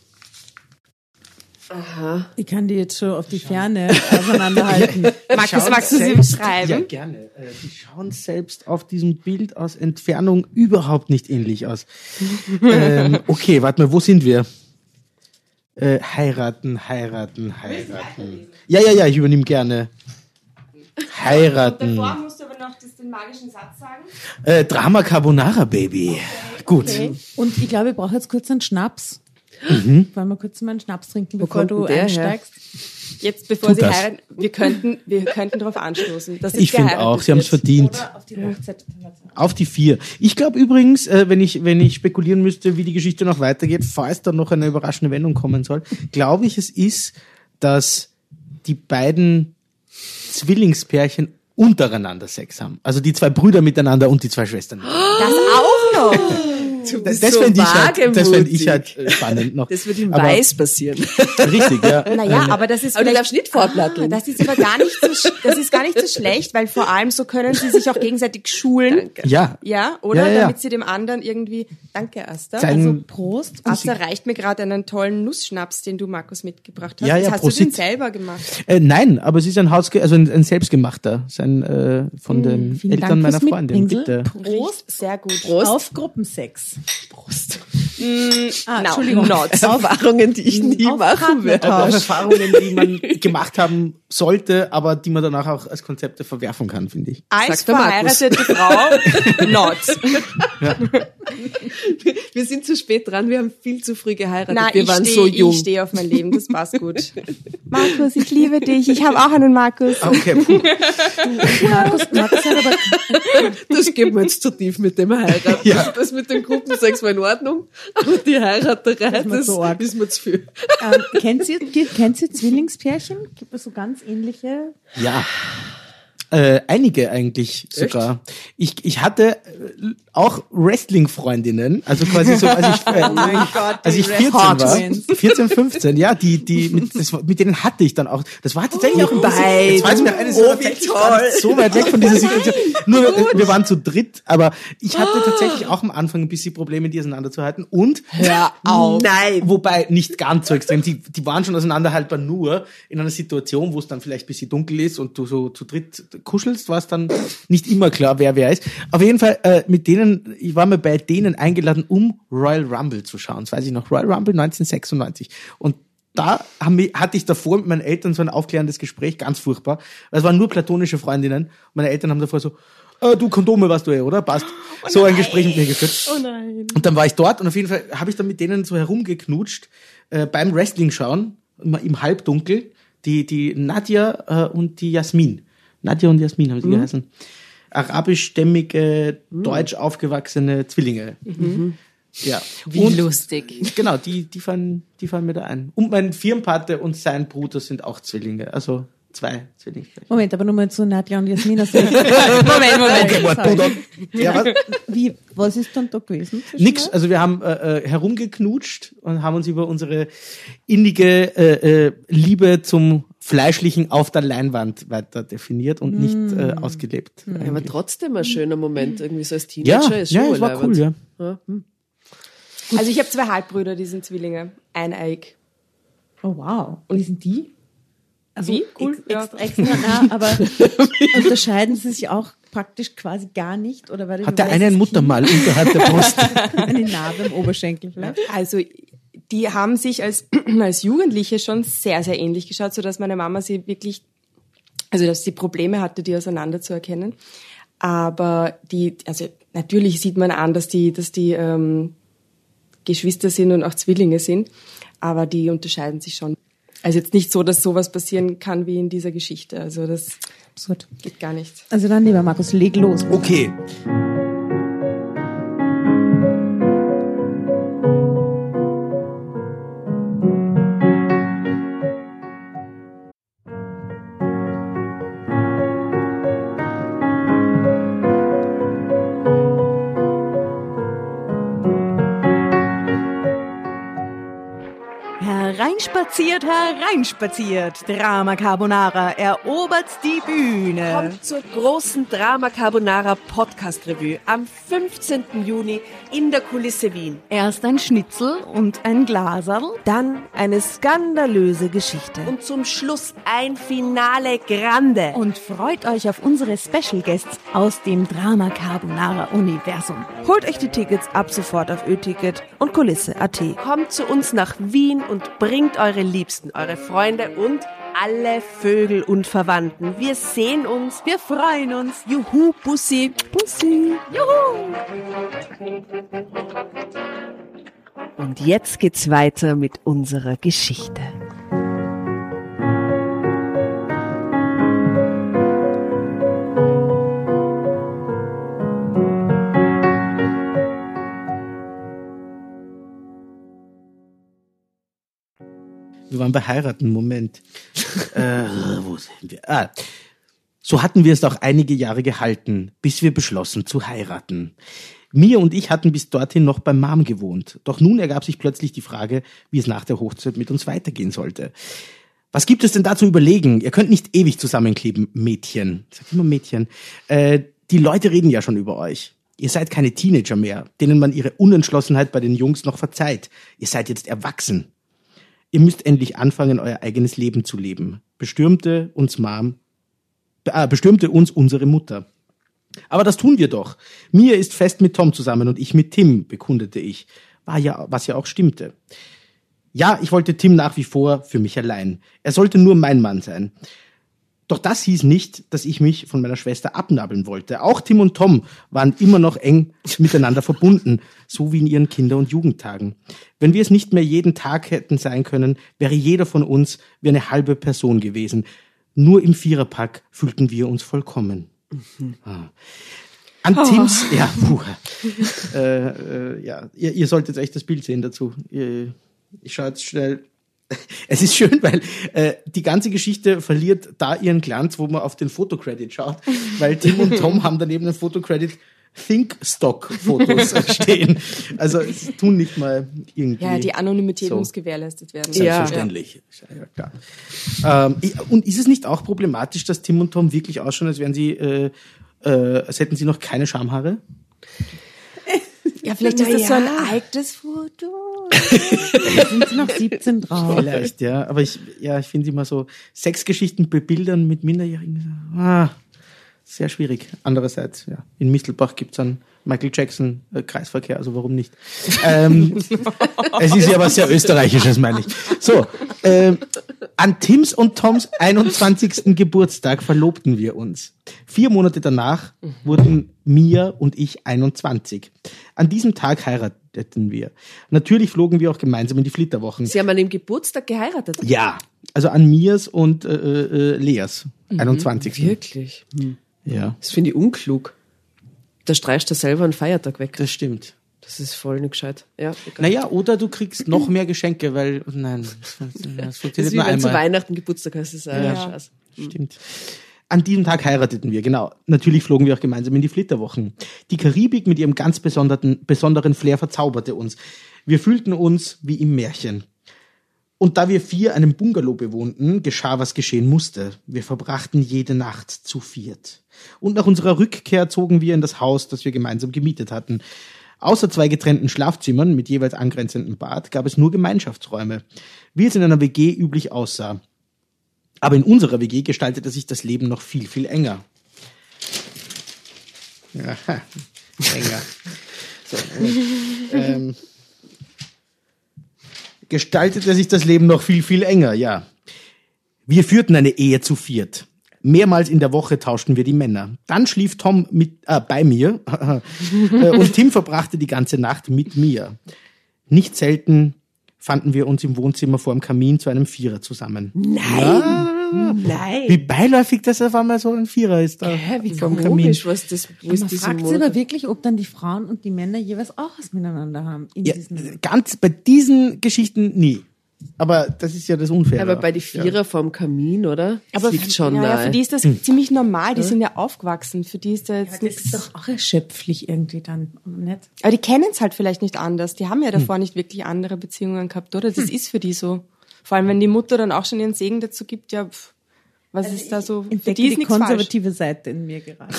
Aha. Ich kann die jetzt schon auf die Ferne auseinanderhalten. Markus, Schauen magst du sie selbst- beschreiben? Ja, gerne. Äh, Die schauen selbst auf diesem Bild aus Entfernung überhaupt nicht ähnlich aus. ähm, okay, warte mal, wo sind wir? Äh, heiraten, heiraten, heiraten. Ja, ja, ja, ich übernehme gerne. Heiraten. Davor musst du aber noch das, den magischen Satz sagen. Äh, Drama Carbonara, Baby. Gut. Okay. Und ich glaube, ich brauche jetzt kurz einen Schnaps. Mhm. Wollen wir kurz mal einen Schnaps trinken, bevor kommt du denn der einsteigst? Jetzt, bevor Tu sie das. heiraten, wir könnten, wir könnten darauf anstoßen. Dass Ich jetzt finde geheiratet auch, sie haben es wird. verdient. Oder auf die Hochzeit. Auf die vier. Ich glaube übrigens, äh, wenn ich wenn ich spekulieren müsste, wie die Geschichte noch weitergeht, falls da noch eine überraschende Wendung kommen soll, glaube ich, es ist, dass die beiden Zwillingspärchen untereinander Sex haben. Also die zwei Brüder miteinander und die zwei Schwestern. Das auch noch. Du Das, bist das so fände ich, halt, das fänd ich wagemutig. halt äh, spannend noch. Das wird in Aber- Weiß passieren. Richtig, ja. Naja, aber das ist Aber du vielleicht- darfst nicht vorplatteln. Ah, das ist aber gar nicht so, sch- das ist gar nicht so schlecht, weil vor allem so können sie sich auch gegenseitig schulen. Ja. Ja, oder? Ja, ja, ja. Damit sie dem anderen irgendwie, danke Asta. Zeigen- Also, Prost. Asta reicht mir gerade einen tollen Nussschnaps, den du, Markus, mitgebracht hast. Ja, ja, das hast Prosit. du den selber gemacht. Äh, nein, aber es ist ein Hausge also ein, ein selbstgemachter, sein äh, von den Vielen Eltern Dank meiner fürs Freundin. Mitpinsel. Bitte. Prost. Sehr gut. Prost. Auf Gruppensex. Prost. Ah, No, Entschuldigung. not. Erfahrungen, die ich nie Auf machen werde. Auch Erfahrungen, die man gemacht haben sollte, aber die man danach auch als Konzepte verwerfen kann, finde ich. Als Sagt der Markus. verheiratete Frau, not. Wir sind zu spät dran, wir haben viel zu früh geheiratet. Nein, wir ich waren stehe so jung. ich steh auf mein Leben, das passt gut. Markus, ich liebe dich. Ich habe auch einen Markus. Okay, puh. Markus, Markus hat aber Das geht mir jetzt zu tief mit dem Heiraten. Ja. Das, das mit dem Gruppensex war in Ordnung, aber die Heiraterei, mir das zu arg. ist mir zu viel. Ähm, kennt ihr, kennt ihr Zwillingspärchen? Gibt es so ganz ähnliche? Ja. Äh, einige eigentlich sogar. Ich, ich hatte äh, auch Wrestling-Freundinnen, also quasi so, als ich, äh, Gott, als die ich vierzehn Hot war, Twins. vierzehn, fünfzehn, ja, die, die, mit, das, war- mit denen hatte ich dann auch, das war tatsächlich auch ein bisschen, beiden. jetzt weiß ich mir eines, Oh, wie tatsächlich gar nicht so weit weg von dieser Situation. Nur, äh, wir waren zu dritt, aber ich hatte tatsächlich auch am Anfang ein bisschen Probleme, die auseinanderzuhalten und, Hör auf. Nein. wobei nicht ganz so extrem. Die, die waren schon auseinanderhaltbar, nur in einer Situation, wo es dann vielleicht ein bisschen dunkel ist und du so zu dritt kuschelst, war es dann nicht immer klar, wer wer ist. Auf jeden Fall, äh, mit denen, ich war mir bei denen eingeladen, um Royal Rumble zu schauen. Das weiß ich noch, Royal Rumble neunzehnhundertsechsundneunzig. Und da haben wir, hatte ich davor mit meinen Eltern so ein aufklärendes Gespräch, ganz furchtbar. Es waren nur platonische Freundinnen. Und meine Eltern haben davor so, äh, du Kondome warst du eh, oder? Passt. so ein Gespräch mit mir geführt. Oh nein. Und dann war ich dort und auf jeden Fall habe ich dann mit denen so herumgeknutscht äh, beim Wrestling schauen, immer im Halbdunkel, die, die Nadja äh, und die Jasmin. Nadja und Jasmin haben sie Mhm. geheißen. Arabischstämmige, deutsch aufgewachsene Zwillinge. Ja. Wie und, lustig. Genau, die, die fallen, die fallen mir da ein. Und mein Firmenpate und sein Bruder sind auch Zwillinge. Also zwei Zwillingsschwestern. Moment, aber nochmal zu Nadja und Jasmin. Also Moment, Moment. Okay, warte, du dann. Ja, was? Wie, was ist dann da gewesen? zwischen Nix, euch? also wir haben äh, äh, herumgeknutscht und haben uns über unsere innige äh, äh, Liebe zum Fleischlichen auf der Leinwand weiter definiert und nicht äh, ausgelebt. Ja, aber eigentlich. trotzdem ein schöner Moment, irgendwie so als Teenager ja, ist schon ja, es war leibend. cool, ja. Ja. Hm. Also ich habe zwei Halbbrüder, die sind Zwillinge. Eineig. Oh wow. Und wie sind die? Also Wie? Cool, Ex, ja. extra, extra nah, aber unterscheiden sie sich auch praktisch quasi gar nicht? Oder war das Hat der eine ein Muttermal unterhalb der Brust? eine Narbe im Oberschenkel vielleicht? Also die haben sich als, als Jugendliche schon sehr, sehr ähnlich geschaut, sodass meine Mama sie wirklich, also dass sie Probleme hatte, die auseinanderzuerkennen. Aber die, also natürlich sieht man an, dass die, dass die ähm, Geschwister sind und auch Zwillinge sind, aber die unterscheiden sich schon. Also jetzt nicht so, dass sowas passieren kann wie in dieser Geschichte. Also das Absurd. geht gar nicht. Also dann, lieber Markus, leg los. Okay. Hereinspaziert, hereinspaziert. Drama Carbonara erobert die Bühne. Kommt zur großen Drama Carbonara Podcast Revue am fünfzehnten Juni in der Kulisse Wien. Erst ein Schnitzel und ein Glaserl. Dann eine skandalöse Geschichte. Und zum Schluss ein Finale Grande. Und freut euch auf unsere Special Guests aus dem Drama Carbonara Universum. Holt euch die Tickets ab sofort auf Ö-Ticket und Kulisse punkt at. Kommt zu uns nach Wien und bringt eure Liebsten, eure Freunde und alle Vögel und Verwandten. Wir sehen uns. Wir freuen uns. Juhu, Bussi. Bussi. Juhu. Und jetzt geht's weiter mit unserer Geschichte. Wir waren bei heiraten, Moment. äh, wo sind wir? Ah. So hatten wir es auch einige Jahre gehalten, bis wir beschlossen zu heiraten. Mia und ich hatten bis dorthin noch bei Mom gewohnt. Doch nun ergab sich plötzlich die Frage, wie es nach der Hochzeit mit uns weitergehen sollte. Was gibt es denn da zu überlegen? Ihr könnt nicht ewig zusammenkleben, Mädchen. Ich sag immer Mädchen. Äh, die Leute reden ja schon über euch. Ihr seid keine Teenager mehr, denen man ihre Unentschlossenheit bei den Jungs noch verzeiht. Ihr seid jetzt erwachsen. Ihr müsst endlich anfangen, euer eigenes Leben zu leben. Bestürmte uns Mom, äh, bestürmte uns unsere Mutter. Aber das tun wir doch. Mia ist fest mit Tom zusammen und ich mit Tim, bekundete ich. War ja, was ja auch stimmte. Ja, ich wollte Tim nach wie vor für mich allein. Er sollte nur mein Mann sein. Doch das hieß nicht, dass ich mich von meiner Schwester abnabeln wollte. Auch Tim und Tom waren immer noch eng miteinander verbunden, so wie in ihren Kinder- und Jugendtagen. Wenn wir es nicht mehr jeden Tag hätten sein können, wäre jeder von uns wie eine halbe Person gewesen. Nur im Viererpack fühlten wir uns vollkommen. Mhm. Ah. An oh. Tims, ja, puh, äh, äh, ja, ihr, ihr solltet echt das Bild sehen dazu. Ich, ich schaue jetzt schnell. Es ist schön, weil äh, die ganze Geschichte verliert da ihren Glanz, wo man auf den Fotocredit schaut, weil Tim und Tom haben daneben den Fotocredit Think-Stock-Fotos stehen. Also es tun nicht mal irgendwie. Ja, die Anonymität so muss gewährleistet werden. Selbstverständlich. Ja, ja klar. Ähm, und ist es nicht auch problematisch, dass Tim und Tom wirklich ausschauen, als wären sie, äh, äh, als hätten sie noch keine Schamhaare? Ja, vielleicht ist das ja. so ein altes Foto. Sind sie noch siebzehn drauf? Vielleicht, ja. Aber ich, ja, ich finde immer so Sexgeschichten bebildern mit Minderjährigen. Ah, sehr schwierig. Andererseits, ja, in Mistelbach gibt's einen Michael Jackson äh, Kreisverkehr, also warum nicht? ähm, es ist ja was sehr Österreichisches, meine ich. So, ähm, an Tims und Toms einundzwanzigsten Geburtstag verlobten wir uns. Vier Monate danach wurden Mia und ich einundzwanzig. An diesem Tag heirateten wir. Natürlich flogen wir auch gemeinsam in die Flitterwochen. Sie haben an dem Geburtstag geheiratet? Ja, also an Mias und äh, äh, Leas mhm. einundzwanzigsten Wirklich? Hm. Ja. Das finde ich unklug. Da streichst du selber einen Feiertag weg. Das stimmt. Das ist voll nicht gescheit. Ja, naja, oder du kriegst noch mehr Geschenke, weil, nein, das funktioniert das ist wie nur wenn einmal. zu Weihnachten Geburtstag hast, das ist ja. Ja. Scheiße. Stimmt. An diesem Tag heirateten wir, genau. Natürlich flogen wir auch gemeinsam in die Flitterwochen. Die Karibik mit ihrem ganz besonderen, besonderen Flair verzauberte uns. Wir fühlten uns wie im Märchen. Und da wir vier einen Bungalow bewohnten, geschah, was geschehen musste. Wir verbrachten jede Nacht zu viert. Und nach unserer Rückkehr zogen wir in das Haus, das wir gemeinsam gemietet hatten. Außer zwei getrennten Schlafzimmern mit jeweils angrenzendem Bad gab es nur Gemeinschaftsräume, wie es in einer W G üblich aussah. Aber in unserer W G gestaltete sich das Leben noch viel, viel enger. Aha, enger. So, ähm, gestaltete sich das Leben noch viel, viel enger, ja. Wir führten eine Ehe zu viert. Mehrmals in der Woche tauschten wir die Männer. Dann schlief Tom mit, äh, bei mir und Tim verbrachte die ganze Nacht mit mir. Nicht selten fanden wir uns im Wohnzimmer vor dem Kamin zu einem Vierer zusammen. Nein, ja. nein. Wie beiläufig das auf einmal so ein Vierer ist da Ja, wie vor dem komisch, was das, wo Man ist diese fragt sich aber wirklich, ob dann die Frauen und die Männer jeweils auch was miteinander haben. In Ja, diesen ganz bei diesen Geschichten nie. Aber das ist ja das Unfaire. Aber bei die Vierer vorm Kamin, oder? Aber liegt schon ja, ja, nahe. für die ist das ziemlich normal. Die sind ja aufgewachsen. Für die ist da jetzt das ist nichts. doch auch erschöpflich irgendwie dann, nicht? Aber die kennen es halt vielleicht nicht anders. Die haben ja davor nicht wirklich andere Beziehungen gehabt, oder? Das ist für die so. Vor allem, wenn die Mutter dann auch schon ihren Segen dazu gibt, ja, pff, was ist da so? Für Entdecke die ist die nichts falsch. konservative Seite in mir gerade.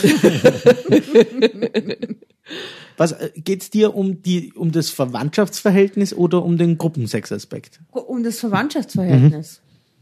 Was äh, geht's dir um die um das Verwandtschaftsverhältnis oder um den Gruppensexaspekt? Um das Verwandtschaftsverhältnis.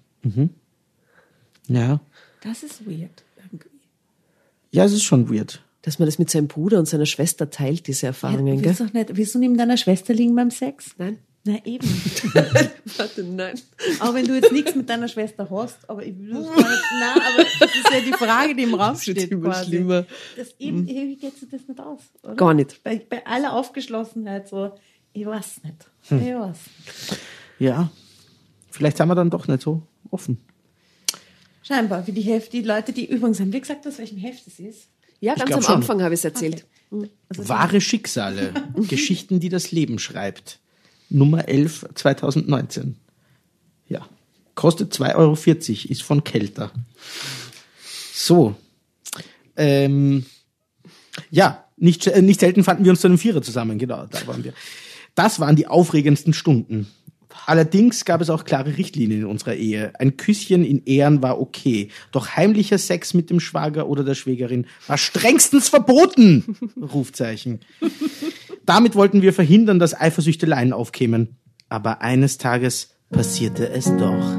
Ja. Das ist weird. Irgendwie. Ja, es ist schon weird. Dass man das mit seinem Bruder und seiner Schwester teilt, diese Ja, Erfahrungen, willst, gell? doch nicht, willst du neben deiner Schwester liegen beim Sex? Nein. Na eben. Warte, nein. Auch wenn du jetzt nichts mit deiner Schwester hast, aber ich will das gar nicht, nein, aber das ist ja die Frage, die im Raum Das wird steht immer quasi. schlimmer. Das eben, wie geht sich das nicht aus? Oder? Gar nicht. Bei, bei aller Aufgeschlossenheit so, ich weiß nicht. Ich weiß. Ja. Vielleicht sind wir dann doch nicht so offen. Scheinbar, wie die Hälfte, die Leute, die übrigens haben wir gesagt, aus welchem Heft es ist. Ja, ganz glaub am schon. Anfang habe ich es erzählt. Also Wahre Schicksale. Geschichten, die das Leben schreibt. Nummer elf, zweitausendneunzehn. Ja. Kostet zwei Euro vierzig, ist von Kelter. So. Ähm, ja, nicht, äh, nicht selten fanden wir uns zu einem Vierer zusammen. Genau, da waren wir. Das waren die aufregendsten Stunden. Allerdings gab es auch klare Richtlinien in unserer Ehe. Ein Küsschen in Ehren war okay. Doch heimlicher Sex mit dem Schwager oder der Schwägerin war strengstens verboten. Rufzeichen. Damit wollten wir verhindern, dass Eifersüchteleien aufkämen. Aber eines Tages passierte es doch.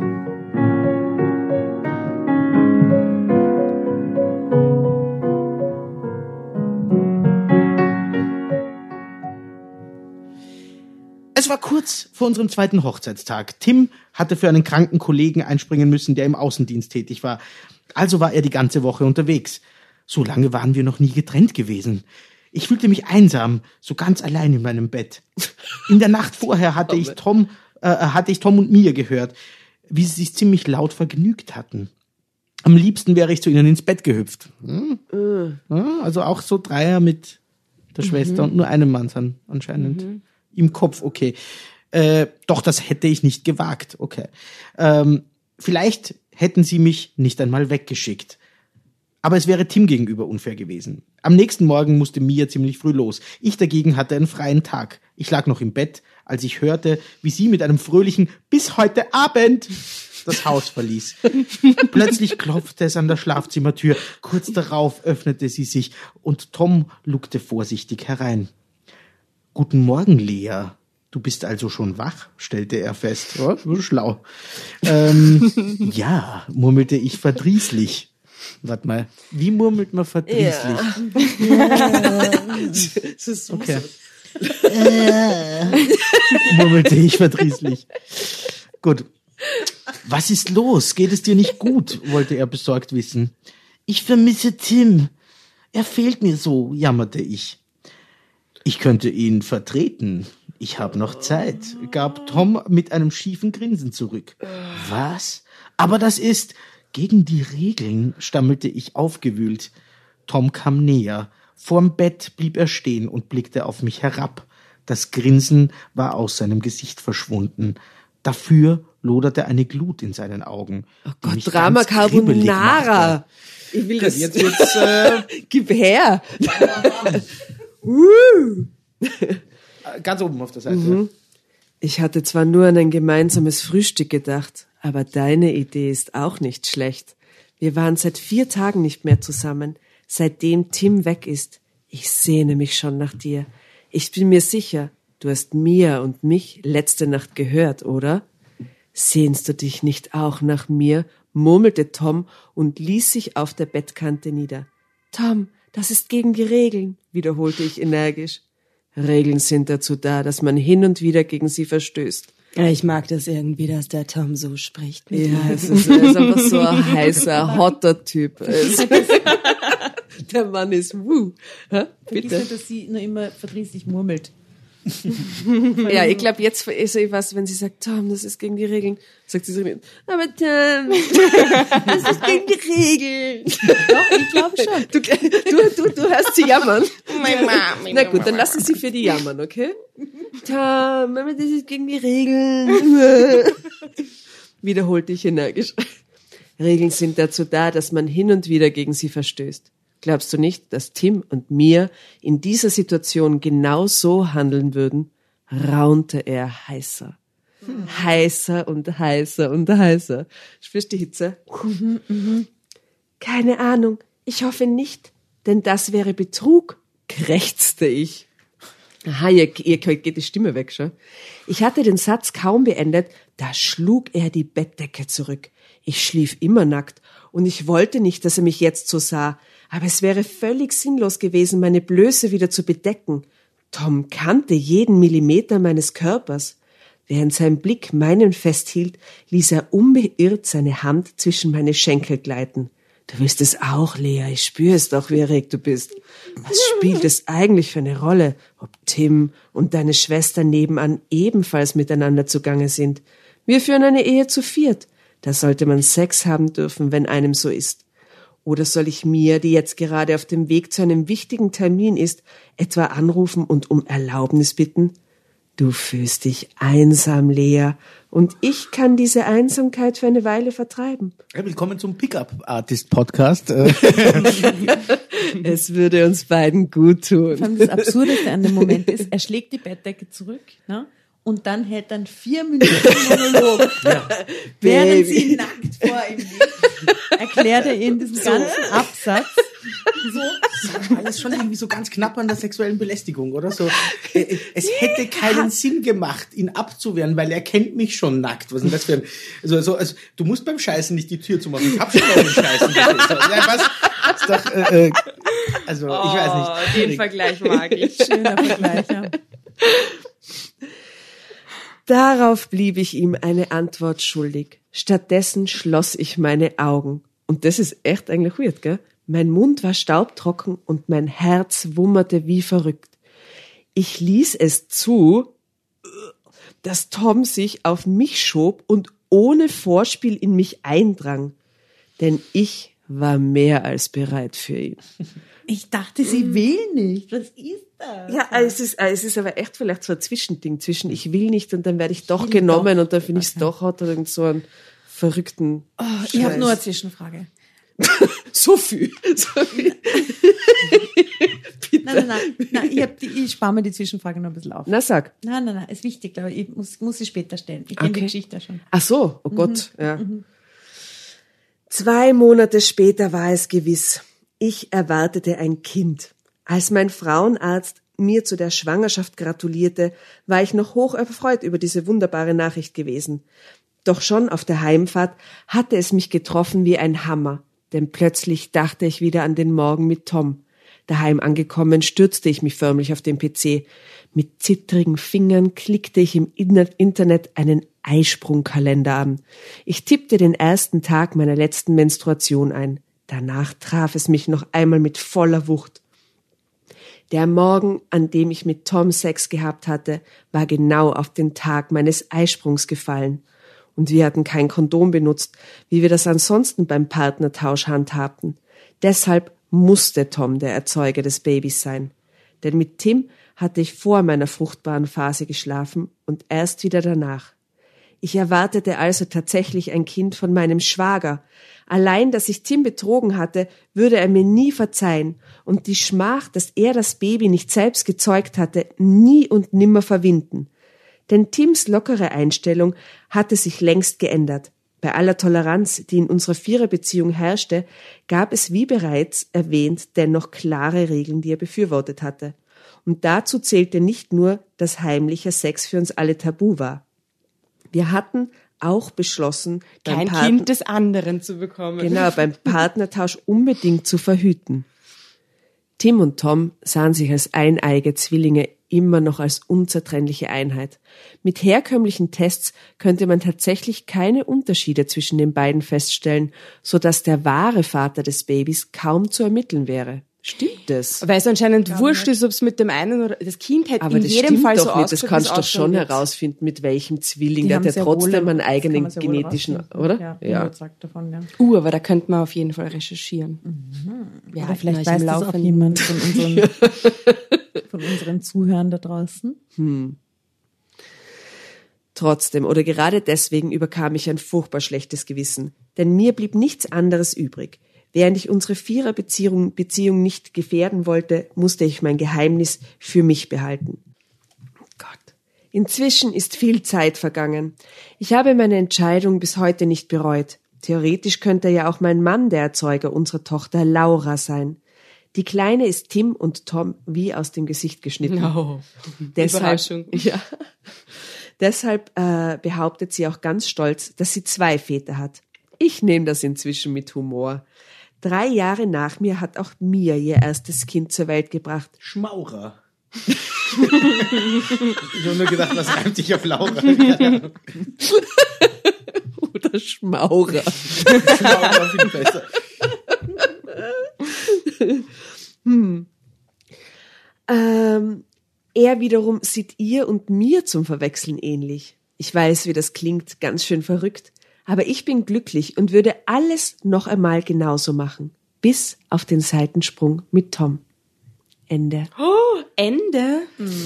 Es war kurz vor unserem zweiten Hochzeitstag. Tim hatte für einen kranken Kollegen einspringen müssen, der im Außendienst tätig war. Also war er die ganze Woche unterwegs. So lange waren wir noch nie getrennt gewesen. Ich fühlte mich einsam, so ganz allein in meinem Bett. In der Nacht vorher hatte ich Tom, äh, hatte ich Tom und Mia gehört, wie sie sich ziemlich laut vergnügt hatten. Am liebsten wäre ich zu ihnen ins Bett gehüpft. Hm? Mm. Ja, also auch so Dreier mit der Schwester Mhm. und nur einem Mann sind anscheinend. Mhm. Im Kopf, okay. Äh, doch, das hätte ich nicht gewagt, okay. Ähm, vielleicht hätten sie mich nicht einmal weggeschickt. Aber es wäre Tim gegenüber unfair gewesen. Am nächsten Morgen musste Mia ziemlich früh los. Ich dagegen hatte einen freien Tag. Ich lag noch im Bett, als ich hörte, wie sie mit einem fröhlichen "Bis heute Abend" das Haus verließ. Plötzlich klopfte es an der Schlafzimmertür. Kurz darauf öffnete sie sich und Tom lugte vorsichtig herein. »Guten Morgen, Lea. Du bist also schon wach?«, stellte er fest. Oh, schlau. Ähm, ja, murmelte ich verdrießlich. Warte mal, wie murmelt man verdrießlich? Ja. Das ist so Okay. Murmelte ich verdrießlich. Gut. Was ist los? Geht es dir nicht gut? Wollte er besorgt wissen. Ich vermisse Tim. Er fehlt mir so, jammerte ich. Ich könnte ihn vertreten. Ich habe noch Zeit, gab Tom mit einem schiefen Grinsen zurück. Was? Aber das ist gegen die Regeln, stammelte ich aufgewühlt. Tom kam näher. Vorm Bett blieb er stehen und blickte auf mich herab. Das Grinsen war aus seinem Gesicht verschwunden. Dafür loderte eine Glut in seinen Augen. Oh die Gott, mich Drama ganz kribbelig Carbonara. machte. Ich will Gut, das. jetzt wird's, äh, Gib her. ganz oben auf der Seite. Mhm. Ich hatte zwar nur an ein gemeinsames Frühstück gedacht, aber deine Idee ist auch nicht schlecht. Wir waren seit vier Tagen nicht mehr zusammen, seitdem Tim weg ist. Ich sehne mich schon nach dir. Ich bin mir sicher, du hast Mia und mich letzte Nacht gehört, oder? Sehnst du dich nicht auch nach mir? Murmelte Tom und ließ sich auf der Bettkante nieder. Tom, das ist gegen die Regeln, wiederholte ich energisch. Regeln sind dazu da, dass man hin und wieder gegen sie verstößt. Ich mag das irgendwie, dass der Tom so spricht. Ja, es ist, er ist einfach so ein heißer, hotter Typ. Es- Der Mann ist wuh. Hä? Bitte. Bitte. Nicht, dass sie nur immer verdrießlich murmelt. Ja, ich glaube, jetzt ist so was, wenn sie sagt, Tom, das ist gegen die Regeln, sagt sie so, aber Tom, das ist gegen die Regeln. Doch, ich glaube schon. Du, du, du, du hörst sie jammern. Na gut, dann lassen sie für die jammern, okay? Tom, aber das ist gegen die Regeln. Wiederholte ich energisch. Regeln sind dazu da, dass man hin und wieder gegen sie verstößt. Glaubst du nicht, dass Tim und mir in dieser Situation genau so handeln würden? Raunte er heißer. Hm. Heißer und heißer und heißer. Spürst du die Hitze? Mhm, mhm. Keine Ahnung. Ich hoffe nicht, denn das wäre Betrug, krächzte ich. Aha, ihr, ihr geht die Stimme weg, schon. Ich hatte den Satz kaum beendet, da schlug er die Bettdecke zurück. Ich schlief immer nackt und ich wollte nicht, dass er mich jetzt so sah, aber es wäre völlig sinnlos gewesen, meine Blöße wieder zu bedecken. Tom kannte jeden Millimeter meines Körpers. Während sein Blick meinen festhielt, ließ er unbeirrt seine Hand zwischen meine Schenkel gleiten. Du willst es auch, Lea, ich spüre es doch, wie erregt du bist. Was spielt es eigentlich für eine Rolle, ob Tim und deine Schwester nebenan ebenfalls miteinander zugange sind? Wir führen eine Ehe zu viert. Da sollte man Sex haben dürfen, wenn einem so ist. Oder soll ich Mia, die jetzt gerade auf dem Weg zu einem wichtigen Termin ist, etwa anrufen und um Erlaubnis bitten? Du fühlst dich einsam, Lea, und ich kann diese Einsamkeit für eine Weile vertreiben. Ja, willkommen zum Pickup-Artist-Podcast. Es würde uns beiden gut tun. Vor allem das Absurdeste an dem Moment ist, er schlägt die Bettdecke zurück, ne? Und dann hält er einen vier Minuten Monolog, ja. während Baby. sie nackt vor ihm liegt, erklärt er ihnen diesen ganzen Absatz. So, alles schon irgendwie so ganz knapp an der sexuellen Belästigung, oder so. Es hätte keinen Sinn gemacht, ihn abzuwehren, weil er kennt mich schon nackt. Was ist denn das für ein, also, also, also du musst beim Scheißen nicht die Tür zumachen. Ich hab schon mal den Scheißen. Ja, was? Ist doch, äh, äh, also, ich weiß nicht. Den Vergleich mag ich. Schöner Vergleich, ja. Darauf blieb ich ihm eine Antwort schuldig. Stattdessen schloss ich meine Augen. Und das ist echt eigentlich weird, gell? Mein Mund war staubtrocken und mein Herz wummerte wie verrückt. Ich ließ es zu, dass Tom sich auf mich schob und ohne Vorspiel in mich eindrang. Denn ich war mehr als bereit für ihn. Ich dachte, sie will nicht. Was ist das? Ja, es ist, es ist aber echt vielleicht so ein Zwischending zwischen ich will nicht und dann werde ich doch genommen doch. Und dann finde ich es okay. Doch, hat er irgend so einen verrückten oh, Ich habe nur eine Zwischenfrage. so viel. So viel. nein, nein, nein, nein ich, hab die, ich spare mir die Zwischenfrage noch ein bisschen auf. Na, sag. Nein, nein, nein, ist wichtig, glaube ich. Ich muss, muss sie später stellen. Ich kenne okay. die Geschichte schon. Ach so, oh Gott, mhm. ja. Mhm. Zwei Monate später war es gewiss. Ich erwartete ein Kind. Als mein Frauenarzt mir zu der Schwangerschaft gratulierte, war ich noch hoch erfreut über diese wunderbare Nachricht gewesen. Doch schon auf der Heimfahrt hatte es mich getroffen wie ein Hammer, denn plötzlich dachte ich wieder an den Morgen mit Tom. Daheim angekommen, stürzte ich mich förmlich auf den P C. Mit zittrigen Fingern klickte ich im Internet einen Eisprungkalender an. Ich tippte den ersten Tag meiner letzten Menstruation ein. Danach traf es mich noch einmal mit voller Wucht. Der Morgen, an dem ich mit Tom Sex gehabt hatte, war genau auf den Tag meines Eisprungs gefallen. Und wir hatten kein Kondom benutzt, wie wir das ansonsten beim Partnertausch handhabten. Deshalb musste Tom der Erzeuger des Babys sein. Denn mit Tim hatte ich vor meiner fruchtbaren Phase geschlafen und erst wieder danach. Ich erwartete also tatsächlich ein Kind von meinem Schwager. Allein, dass ich Tim betrogen hatte, würde er mir nie verzeihen und die Schmach, dass er das Baby nicht selbst gezeugt hatte, nie und nimmer verwinden. Denn Tims lockere Einstellung hatte sich längst geändert. Bei aller Toleranz, die in unserer Viererbeziehung herrschte, gab es, wie bereits erwähnt, dennoch klare Regeln, die er befürwortet hatte. Und dazu zählte nicht nur, dass heimlicher Sex für uns alle tabu war. Wir hatten auch beschlossen, kein Partner- Kind des anderen zu bekommen. Genau, beim Partnertausch unbedingt zu verhüten. Tim und Tom sahen sich als eineige Zwillinge immer noch als unzertrennliche Einheit. Mit herkömmlichen Tests könnte man tatsächlich keine Unterschiede zwischen den beiden feststellen, so dass der wahre Vater des Babys kaum zu ermitteln wäre. Stimmt das? Weil es anscheinend wurscht ist, ob es mit dem einen oder das Kind hätte Aber in das jedem stimmt Fall doch so nicht. Das ausgeschaut, kannst wie du es doch schon ausschauen wird. herausfinden, mit welchem Zwilling. Die Der haben hat ja sehr trotzdem wohl- einen das kann eigenen man sehr wohl genetischen, rausfinden. oder? Ja, Ja. ja. Sagt davon, ja. Uh, aber da könnte man auf jeden Fall recherchieren. Wir Oder halten vielleicht euch weiß im das auch Laufenden. jemand von unseren, von unseren Zuhörern da draußen. Trotzdem oder gerade deswegen überkam ich ein furchtbar schlechtes Gewissen, denn mir blieb nichts anderes übrig. Während ich unsere Viererbeziehung Beziehung nicht gefährden wollte, musste ich mein Geheimnis für mich behalten. Gott. Inzwischen ist viel Zeit vergangen. Ich habe meine Entscheidung bis heute nicht bereut. Theoretisch könnte ja auch mein Mann der Erzeuger unserer Tochter Laura sein. Die Kleine ist Tim und Tom wie aus dem Gesicht geschnitten. Oh, Deshalb, Überraschung. ja. Deshalb äh, behauptet sie auch ganz stolz, dass sie zwei Väter hat. Ich nehme das inzwischen mit Humor. Drei Jahre nach mir hat auch Mia ihr erstes Kind zur Welt gebracht. Schmaurer. Ich habe nur gedacht, was reimt sich auf Laura? Keine Ahnung. Oder Schmaurer. Schmaurer viel besser. Ähm, er wiederum sieht ihr und mir zum Verwechseln ähnlich. Ich weiß, wie das klingt, ganz schön verrückt. Aber ich bin glücklich und würde alles noch einmal genauso machen. Bis auf den Seitensprung mit Tom. Ende. Oh, Ende.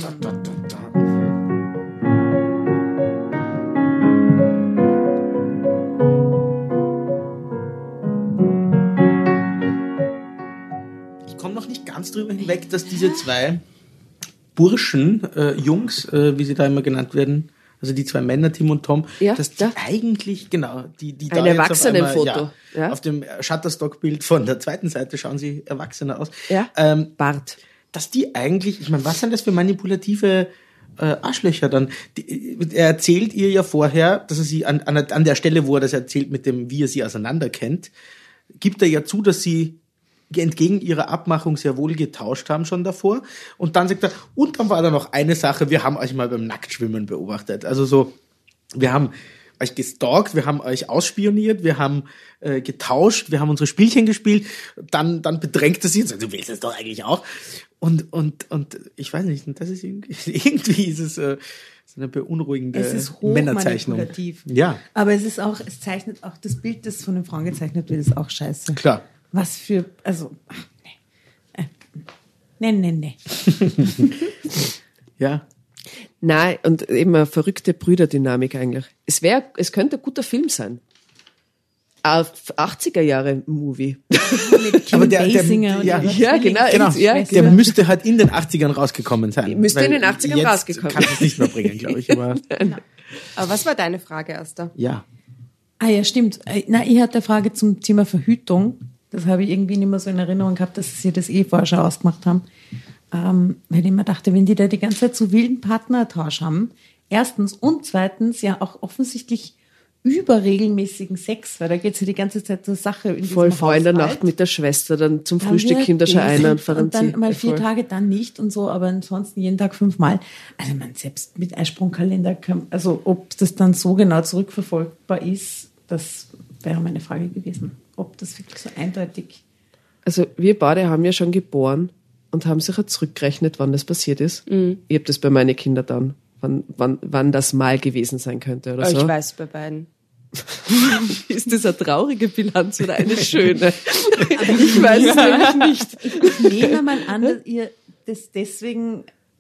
Ich komme noch nicht ganz drüber hinweg, dass diese zwei Burschen, äh, Jungs, äh, wie sie da immer genannt werden, also die zwei Männer, Tim und Tom, Ja, dass die da. eigentlich, genau, die, die da Ein jetzt auf Erwachsenenfoto, einmal, ja, ja. auf dem Shutterstock-Bild von der zweiten Seite schauen sie erwachsener aus. Ja. Ähm, Bart. dass die eigentlich, ich meine, was sind das für manipulative äh, Arschlöcher dann? Die, er erzählt ihr ja vorher, dass er sie an, an, an der Stelle, wo er das erzählt, mit dem, wie er sie auseinander kennt, gibt er ja zu, dass sie entgegen ihrer Abmachung sehr wohl getauscht haben schon davor. Und dann sagt er, und dann war da noch eine Sache, wir haben euch mal beim Nacktschwimmen beobachtet. Also so, wir haben euch gestalkt, wir haben euch ausspioniert, wir haben äh, getauscht, wir haben unsere Spielchen gespielt, dann dann bedrängt er sie und sagt, du willst es doch eigentlich auch. Und und und ich weiß nicht, das ist irgendwie, irgendwie ist es äh, so eine beunruhigende Es ist Männerzeichnung. hochmanipulativ. Ja, Aber es ist auch, es zeichnet auch das Bild, das von den Frauen gezeichnet wird, ist auch scheiße. klar. Was für, also, ach, nee. Äh, nee, nee, nee. Ja. Nein, und eben eine verrückte Brüderdynamik eigentlich. Es wäre, es könnte ein guter Film sein. Ein achtziger Jahre Movie. Mit Kim Aber der- der- Basinger und ja. ihrer Ja, Zwilling- genau, Genau, ja, Schwester. der müsste halt in den achtzigern rausgekommen sein. Müsste Weil in den achtzigern jetzt rausgekommen. Kannst du es nicht mehr bringen, glaube ich. Aber Aber was war deine Frage, Asta? ja. Ah ja, stimmt. Äh, Na, ich hatte eine Frage zum Thema Verhütung. Das habe ich irgendwie nicht mehr so in Erinnerung gehabt, dass sie das eh vorher schon ausgemacht haben. Ähm, weil ich mir dachte, wenn die da die ganze Zeit so wilden Partnertausch haben, erstens und zweitens ja auch offensichtlich überregelmäßigen Sex, weil da geht es ja die ganze Zeit zur Sache. In Voll diesem vor in der Haushalt. Nacht mit der Schwester, dann zum Dann Frühstück wird kommt da schon das einer und und dann verrennt mal sie. vier Voll. Tage dann nicht und so, aber ansonsten jeden Tag fünfmal. Also man selbst mit Eisprungkalender kann, also ob das dann so genau zurückverfolgbar ist, das wäre meine Frage gewesen. Ob das wirklich so eindeutig. Also wir beide haben ja schon geboren und haben sicher zurückgerechnet, wann das passiert ist. Mhm. Ich habe das bei meinen Kindern dann, wann, wann, wann das mal gewesen sein könnte oder Oh, so. ich weiß bei beiden. Ist das eine traurige Bilanz oder eine schöne? Ich weiß es nämlich nicht. Ich nehme mal an, dass ihr das deswegen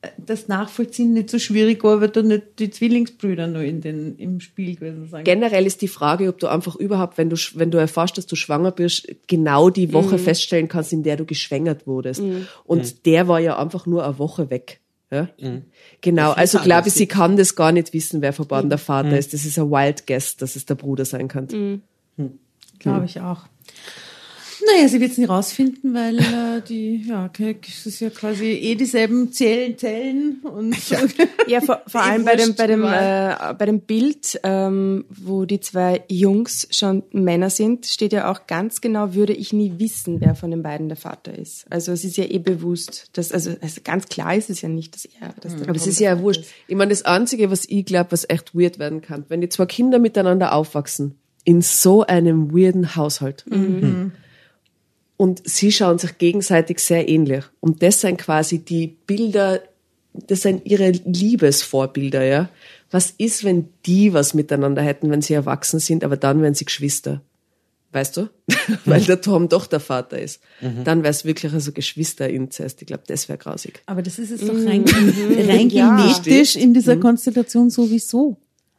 das Nachvollziehen nicht so schwierig war, weil da nicht die Zwillingsbrüder noch in den, im Spiel gewesen sind. Generell ist die Frage, ob du einfach überhaupt, wenn du, wenn du erfährst, dass du schwanger bist, genau die Woche mhm. feststellen kannst, in der du geschwängert wurdest. Mhm. Und mhm. der war ja einfach nur eine Woche weg. Ja? Mhm. Genau, also glaube ich, sie kann das gar nicht wissen, wer von beiden der Vater mhm. ist. Das ist ein Wild Guess, dass es der Bruder sein könnte. Mhm. Mhm. Glaube ich auch. Naja, sie wird es nicht rausfinden, weil äh, die, ja, es ist ja quasi eh dieselben Zellen, Zellen und ja, ja vor, vor allem bei dem, bei dem, äh, bei dem Bild, ähm, wo die zwei Jungs schon Männer sind, steht ja auch ganz genau, würde ich nie wissen, wer von den beiden der Vater ist. Also es ist ja eh bewusst, dass, also, also ganz klar ist es ja nicht, dass er, dass der Aber es ist ja wurscht. Ich meine, das Einzige, was ich glaube, was echt weird werden kann, wenn die zwei Kinder miteinander aufwachsen, in so einem weirden Haushalt. Mhm. Und sie schauen sich gegenseitig sehr ähnlich. Und das sind quasi die Bilder, das sind ihre Liebesvorbilder, ja. Was ist, wenn die was miteinander hätten, wenn sie erwachsen sind, aber dann wären sie Geschwister? Weißt du? Mhm. Weil der Tom doch der Vater ist. Mhm. Dann wäre es wirklich also Geschwisterinzest. Ich glaube, das wäre grausig. Aber das ist es doch rein, mhm. rein genetisch ja. in dieser mhm. Konstellation sowieso.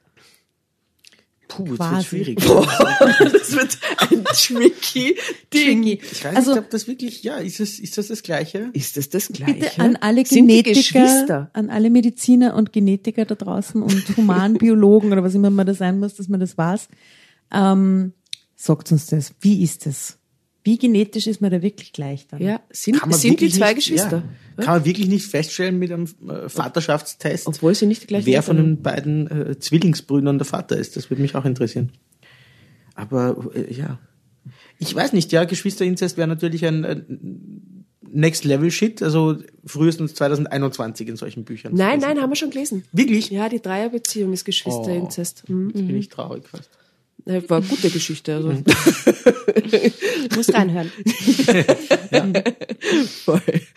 Puh, das wird schwierig. Das wird ein tricky Ding. Ich weiß also, nicht, ob das wirklich, ja, ist es, ist das das Gleiche? Ist das das Gleiche? Bitte an alle Genetiker, an alle Mediziner und Genetiker da draußen und Humanbiologen oder was immer man da sein muss, dass man das weiß. Ähm, sagt uns das. Wie ist das? Wie genetisch ist man da wirklich gleich dann? Ja, sind, sind die zwei nicht, Geschwister? Ja. Kann man wirklich nicht feststellen mit einem äh, Vaterschaftstest, obwohl sie nicht die gleichen wer von den beiden äh, Zwillingsbrüdern der Vater ist. Das würde mich auch interessieren. Aber äh, ja, ich weiß nicht. Ja, Geschwisterinzest wäre natürlich ein äh, Next-Level-Shit. Also frühestens zwanzig einundzwanzig in solchen Büchern. Nein, nein, haben wir schon gelesen. Wirklich? Ja, die Dreierbeziehung ist Geschwisterinzest. Oh, jetzt bin ich traurig fast. War eine gute Geschichte. Also. Du musst reinhören. Ja. Voll.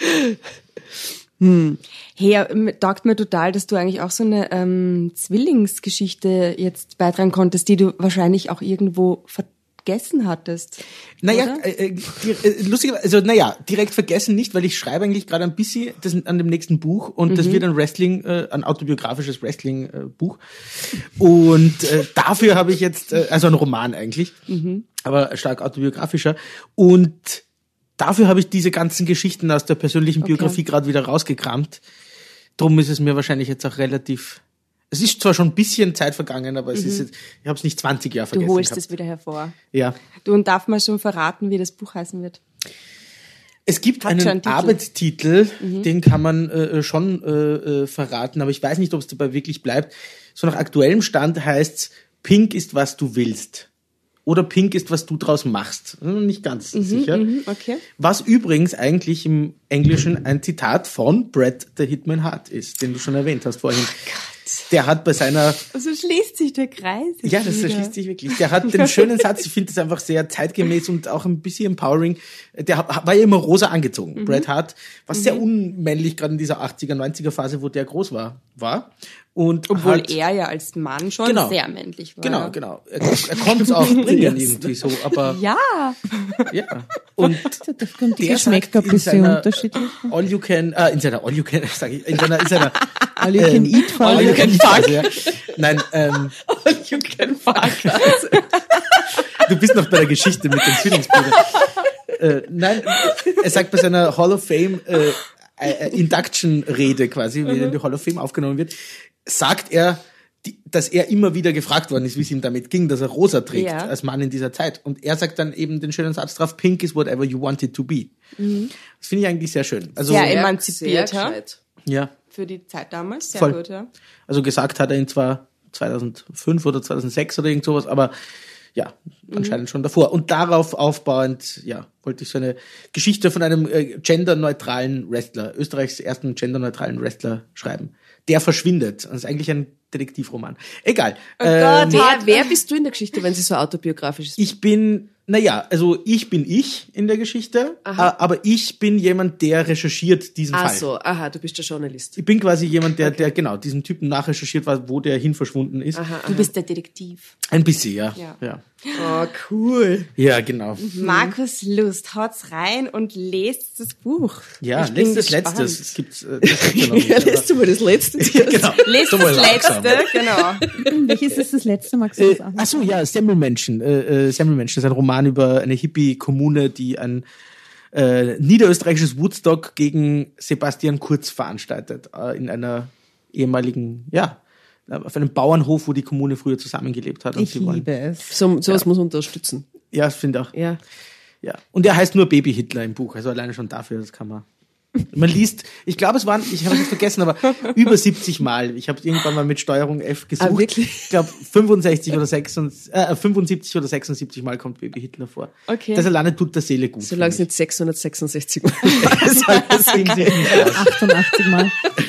Hm. Hey, taugt mir total, dass du eigentlich auch so eine ähm, Zwillingsgeschichte jetzt beitragen konntest, die du wahrscheinlich auch irgendwo vergessen hattest. Naja, äh, äh, lustigerweise, also naja, direkt vergessen nicht, weil ich schreibe eigentlich gerade ein bisschen das an dem nächsten Buch und mhm. das wird ein Wrestling, äh, ein autobiografisches Wrestling-Buch. Äh, und äh, dafür habe ich jetzt, äh, also ein Roman eigentlich, mhm. aber stark autobiografischer. Und dafür habe ich diese ganzen Geschichten aus der persönlichen Biografie okay. gerade wieder rausgekramt. Drum ist es mir wahrscheinlich jetzt auch relativ... Es ist zwar schon ein bisschen Zeit vergangen, aber es mhm. ist jetzt, ich habe es nicht zwanzig Jahre vergessen. Du holst gehabt. es wieder hervor. Ja. Du, und darf man schon verraten, wie das Buch heißen wird? Es gibt Hat einen, einen Arbeitstitel, mhm. den kann man äh, schon äh, verraten, aber ich weiß nicht, ob es dabei wirklich bleibt. So nach aktuellem Stand heißt's, Pink ist, was du willst. Oder Pink ist, was du draus machst. Nicht ganz mhm, sicher. Mhm, okay. Was übrigens eigentlich im Englischen ein Zitat von Bret the Hitman Hart ist, den du schon erwähnt hast vorhin. Oh Gott. Der hat bei seiner... Also schließt sich der Kreis. Ja, das wieder. schließt sich wirklich. Der hat den schönen Satz, ich finde das einfach sehr zeitgemäß und auch ein bisschen empowering. Der war ja immer rosa angezogen. Mhm. Bret Hart war mhm. sehr unmännlich, gerade in dieser achtziger, neunziger Phase, wo der groß war. war. Und Obwohl halt, er ja als Mann schon genau, sehr männlich war. Genau, genau. Er, er konnte es auch bringen irgendwie so, aber... Ja. Ja. Und das kommt die Geschmäcker ein bisschen unterschiedlich. All you can, äh, in seiner All you can, sag ich, in seiner, in seiner All you can eat Phase. All you can fuck. Ja. Nein, ähm. All you can fuck. Du bist noch bei der Geschichte mit den Zwillingsbrüdern. äh, nein, er sagt bei seiner Hall of Fame, äh, äh, Induction-Rede quasi, wie in die Hall of Fame aufgenommen wird, sagt er, die, dass er immer wieder gefragt worden ist, wie es ihm damit ging, dass er rosa trägt ja. als Mann in dieser Zeit. Und er sagt dann eben den schönen Satz drauf, Pink is whatever you want it to be. Mhm. Das finde ich eigentlich sehr schön. Also, sehr emanzipiert, ja. Ja. Für die Zeit damals, sehr Voll. gut, ja. Also gesagt hat er ihn zwar zweitausendfünf oder zweitausendsechs oder irgend sowas, aber ja, anscheinend mhm. schon davor. Und darauf aufbauend, ja, wollte ich so eine Geschichte von einem äh, genderneutralen Wrestler, Österreichs ersten genderneutralen Wrestler schreiben. Der verschwindet. Das ist eigentlich ein Detektivroman. Egal. Oh Gott, ähm, wer, wer bist du in der Geschichte, wenn sie so autobiografisch ist? Ich bin, naja, also ich bin ich in der Geschichte, aha. aber ich bin jemand, der recherchiert diesen Ach Fall. Ach so, aha, du bist der Journalist. Ich bin quasi jemand, der, okay. der genau diesen Typen nachrecherchiert war, wo der hin verschwunden ist. Aha, aha. Du bist der Detektiv. Ein bisschen, ja. ja. ja. Oh, cool. Ja, genau. Markus Lust, haut's rein und lest das Buch. Ja, Ich bin letztes, gespannt. letztes. Es gibt, äh, das gibt's ja noch nicht, Ja, aber- lässt du mal das letzte. genau. Lest So mal das langsam. letzte, genau. Welches ist das letzte, magst du Äh, das auch? achso, ja, Semmelmenschen. Äh, äh, Semmelmenschen ist ein Roman über eine Hippie-Kommune, die ein äh, niederösterreichisches Woodstock gegen Sebastian Kurz veranstaltet. Äh, in einer ehemaligen, ja, auf einem Bauernhof, wo die Kommune früher zusammengelebt hat. Und Ich sie wollen, liebe es. So, sowas muss man unterstützen. ja, ich finde auch. Ja. Ja. Und er heißt nur Baby Hitler im Buch. Also alleine schon dafür, das kann man. Man liest, ich glaube, es waren, ich habe es vergessen, aber über siebzig Mal. Ich habe irgendwann mal mit Steuerung F gesucht. Ah, wirklich? Ich glaube, fünfundsechzig oder sechsundsiebzig, äh, fünfundsiebzig oder sechsundsiebzig Mal kommt Baby Hitler vor. Okay. Das alleine tut der Seele gut. Solange es finde nicht sechshundertsechsundsechzig Mal ich. Das sehen Sie nicht aus. achtundachtzig Mal.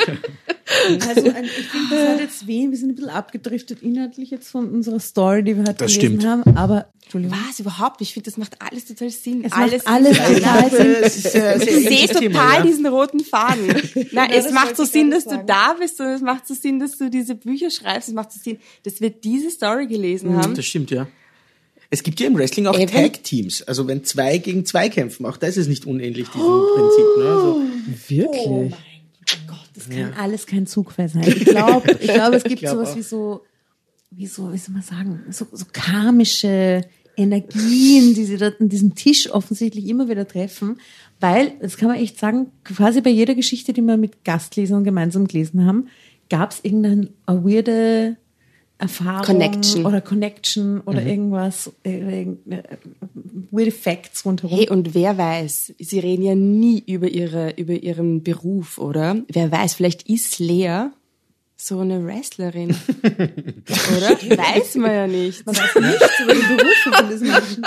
Also ein, ich finde, das hat jetzt wen, wir sind ein bisschen abgedriftet inhaltlich jetzt von unserer Story, die wir heute Das gelesen stimmt. haben, aber, Entschuldigung. Was? Überhaupt nicht. Ich finde, das macht alles total Sinn. Es alles macht alles Sinn. total Sinn. Es ist, äh, Ich sehr sehe ähnliches total Thema, ja. diesen roten Faden. Nein, es das macht wollte so ich Sinn, gerade dass du sagen. da bist und es macht so Sinn, dass du diese Bücher schreibst. Es macht so Sinn, dass wir diese Story gelesen haben. Das stimmt, ja. Es gibt ja im Wrestling auch Eben. Tag-Teams. Also wenn zwei gegen zwei kämpfen, auch das ist nicht unähnlich, diesem Prinzip. Ne? Also, Wirklich? Das kann alles kein Zugfall sein. Ich glaube, ich glaube, es gibt glaub sowas auch. wie so, wie so, wie soll man sagen, so, so karmische Energien, die sie dort an diesem Tisch offensichtlich immer wieder treffen, weil, das kann man echt sagen, quasi bei jeder Geschichte, die wir mit Gastlesern gemeinsam gelesen haben, gab es irgendeine weirde Erfahrung Connection. oder Connection oder irgendwas, äh, irgendeine, äh, weird Facts rundherum. Hey, und wer weiß, sie reden ja nie über ihre, über ihren Beruf, oder? Wer weiß, vielleicht ist Lea so eine Wrestlerin. Oder? Weiß man ja nicht. Man weiß nichts über die Berufe von diesen Menschen.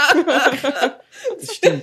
das stimmt.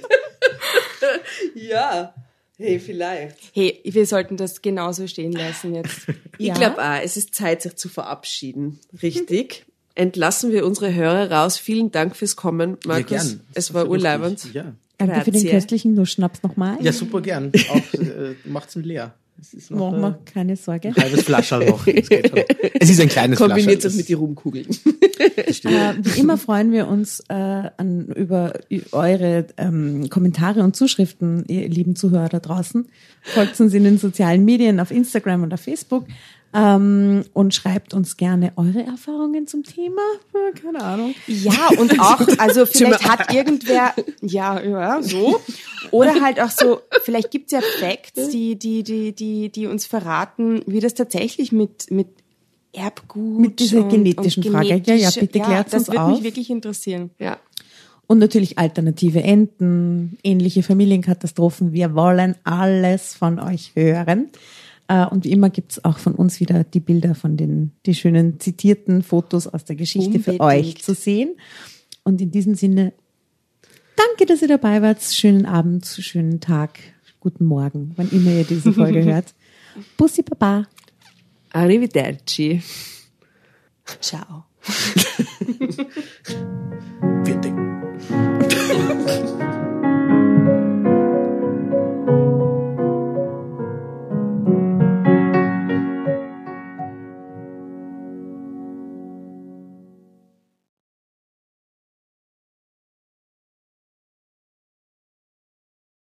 Ja. Hey, vielleicht. Hey, wir sollten das genauso stehen lassen jetzt. Ich Ja. glaube auch, es ist Zeit, sich zu verabschieden. Richtig. Entlassen wir unsere Hörer raus. Vielen Dank fürs Kommen, Markus. Ja, gern. Es Das war ist urleibend. lustig. Ja. Danke für den Grazie. köstlichen Nussschnaps nochmal. ja, super gern. Auch äh, macht's mit leer. Es ist noch Machen äh, wir, keine Sorge. ein halbes Flascherl noch. Das geht schon. Es ist ein kleines Kombiniert Flascherl. das mit den Rumkugeln. Das stimmt. Äh, wie immer freuen wir uns äh, an, über ü- eure ähm, Kommentare und Zuschriften, ihr lieben Zuhörer da draußen. Folgt uns in den sozialen Medien auf Instagram und auf Facebook ähm, und schreibt uns gerne eure Erfahrungen zum Thema. Äh, keine Ahnung. Ja, und auch, also vielleicht hat irgendwer, ja, ja, so. Oder halt auch so, vielleicht gibt's ja Facts, die, die, die, die, die uns verraten, wie das tatsächlich mit, mit Erbgut Mit dieser und, genetischen und Frage. Ja, ja, bitte klärt's das uns würde auf. mich wirklich interessieren. Ja. Und natürlich alternative Enden, ähnliche Familienkatastrophen. Wir wollen alles von euch hören. Äh, Und wie immer gibt's auch von uns wieder die Bilder von den die schönen zitierten Fotos aus der Geschichte für Unbedingt. euch zu sehen. Und in diesem Sinne, danke, dass ihr dabei wart. Schönen Abend, schönen Tag, guten Morgen, wann immer ihr diese Folge hört. Bussi Baba. Arrivederci. Ciao. Vielen Dank.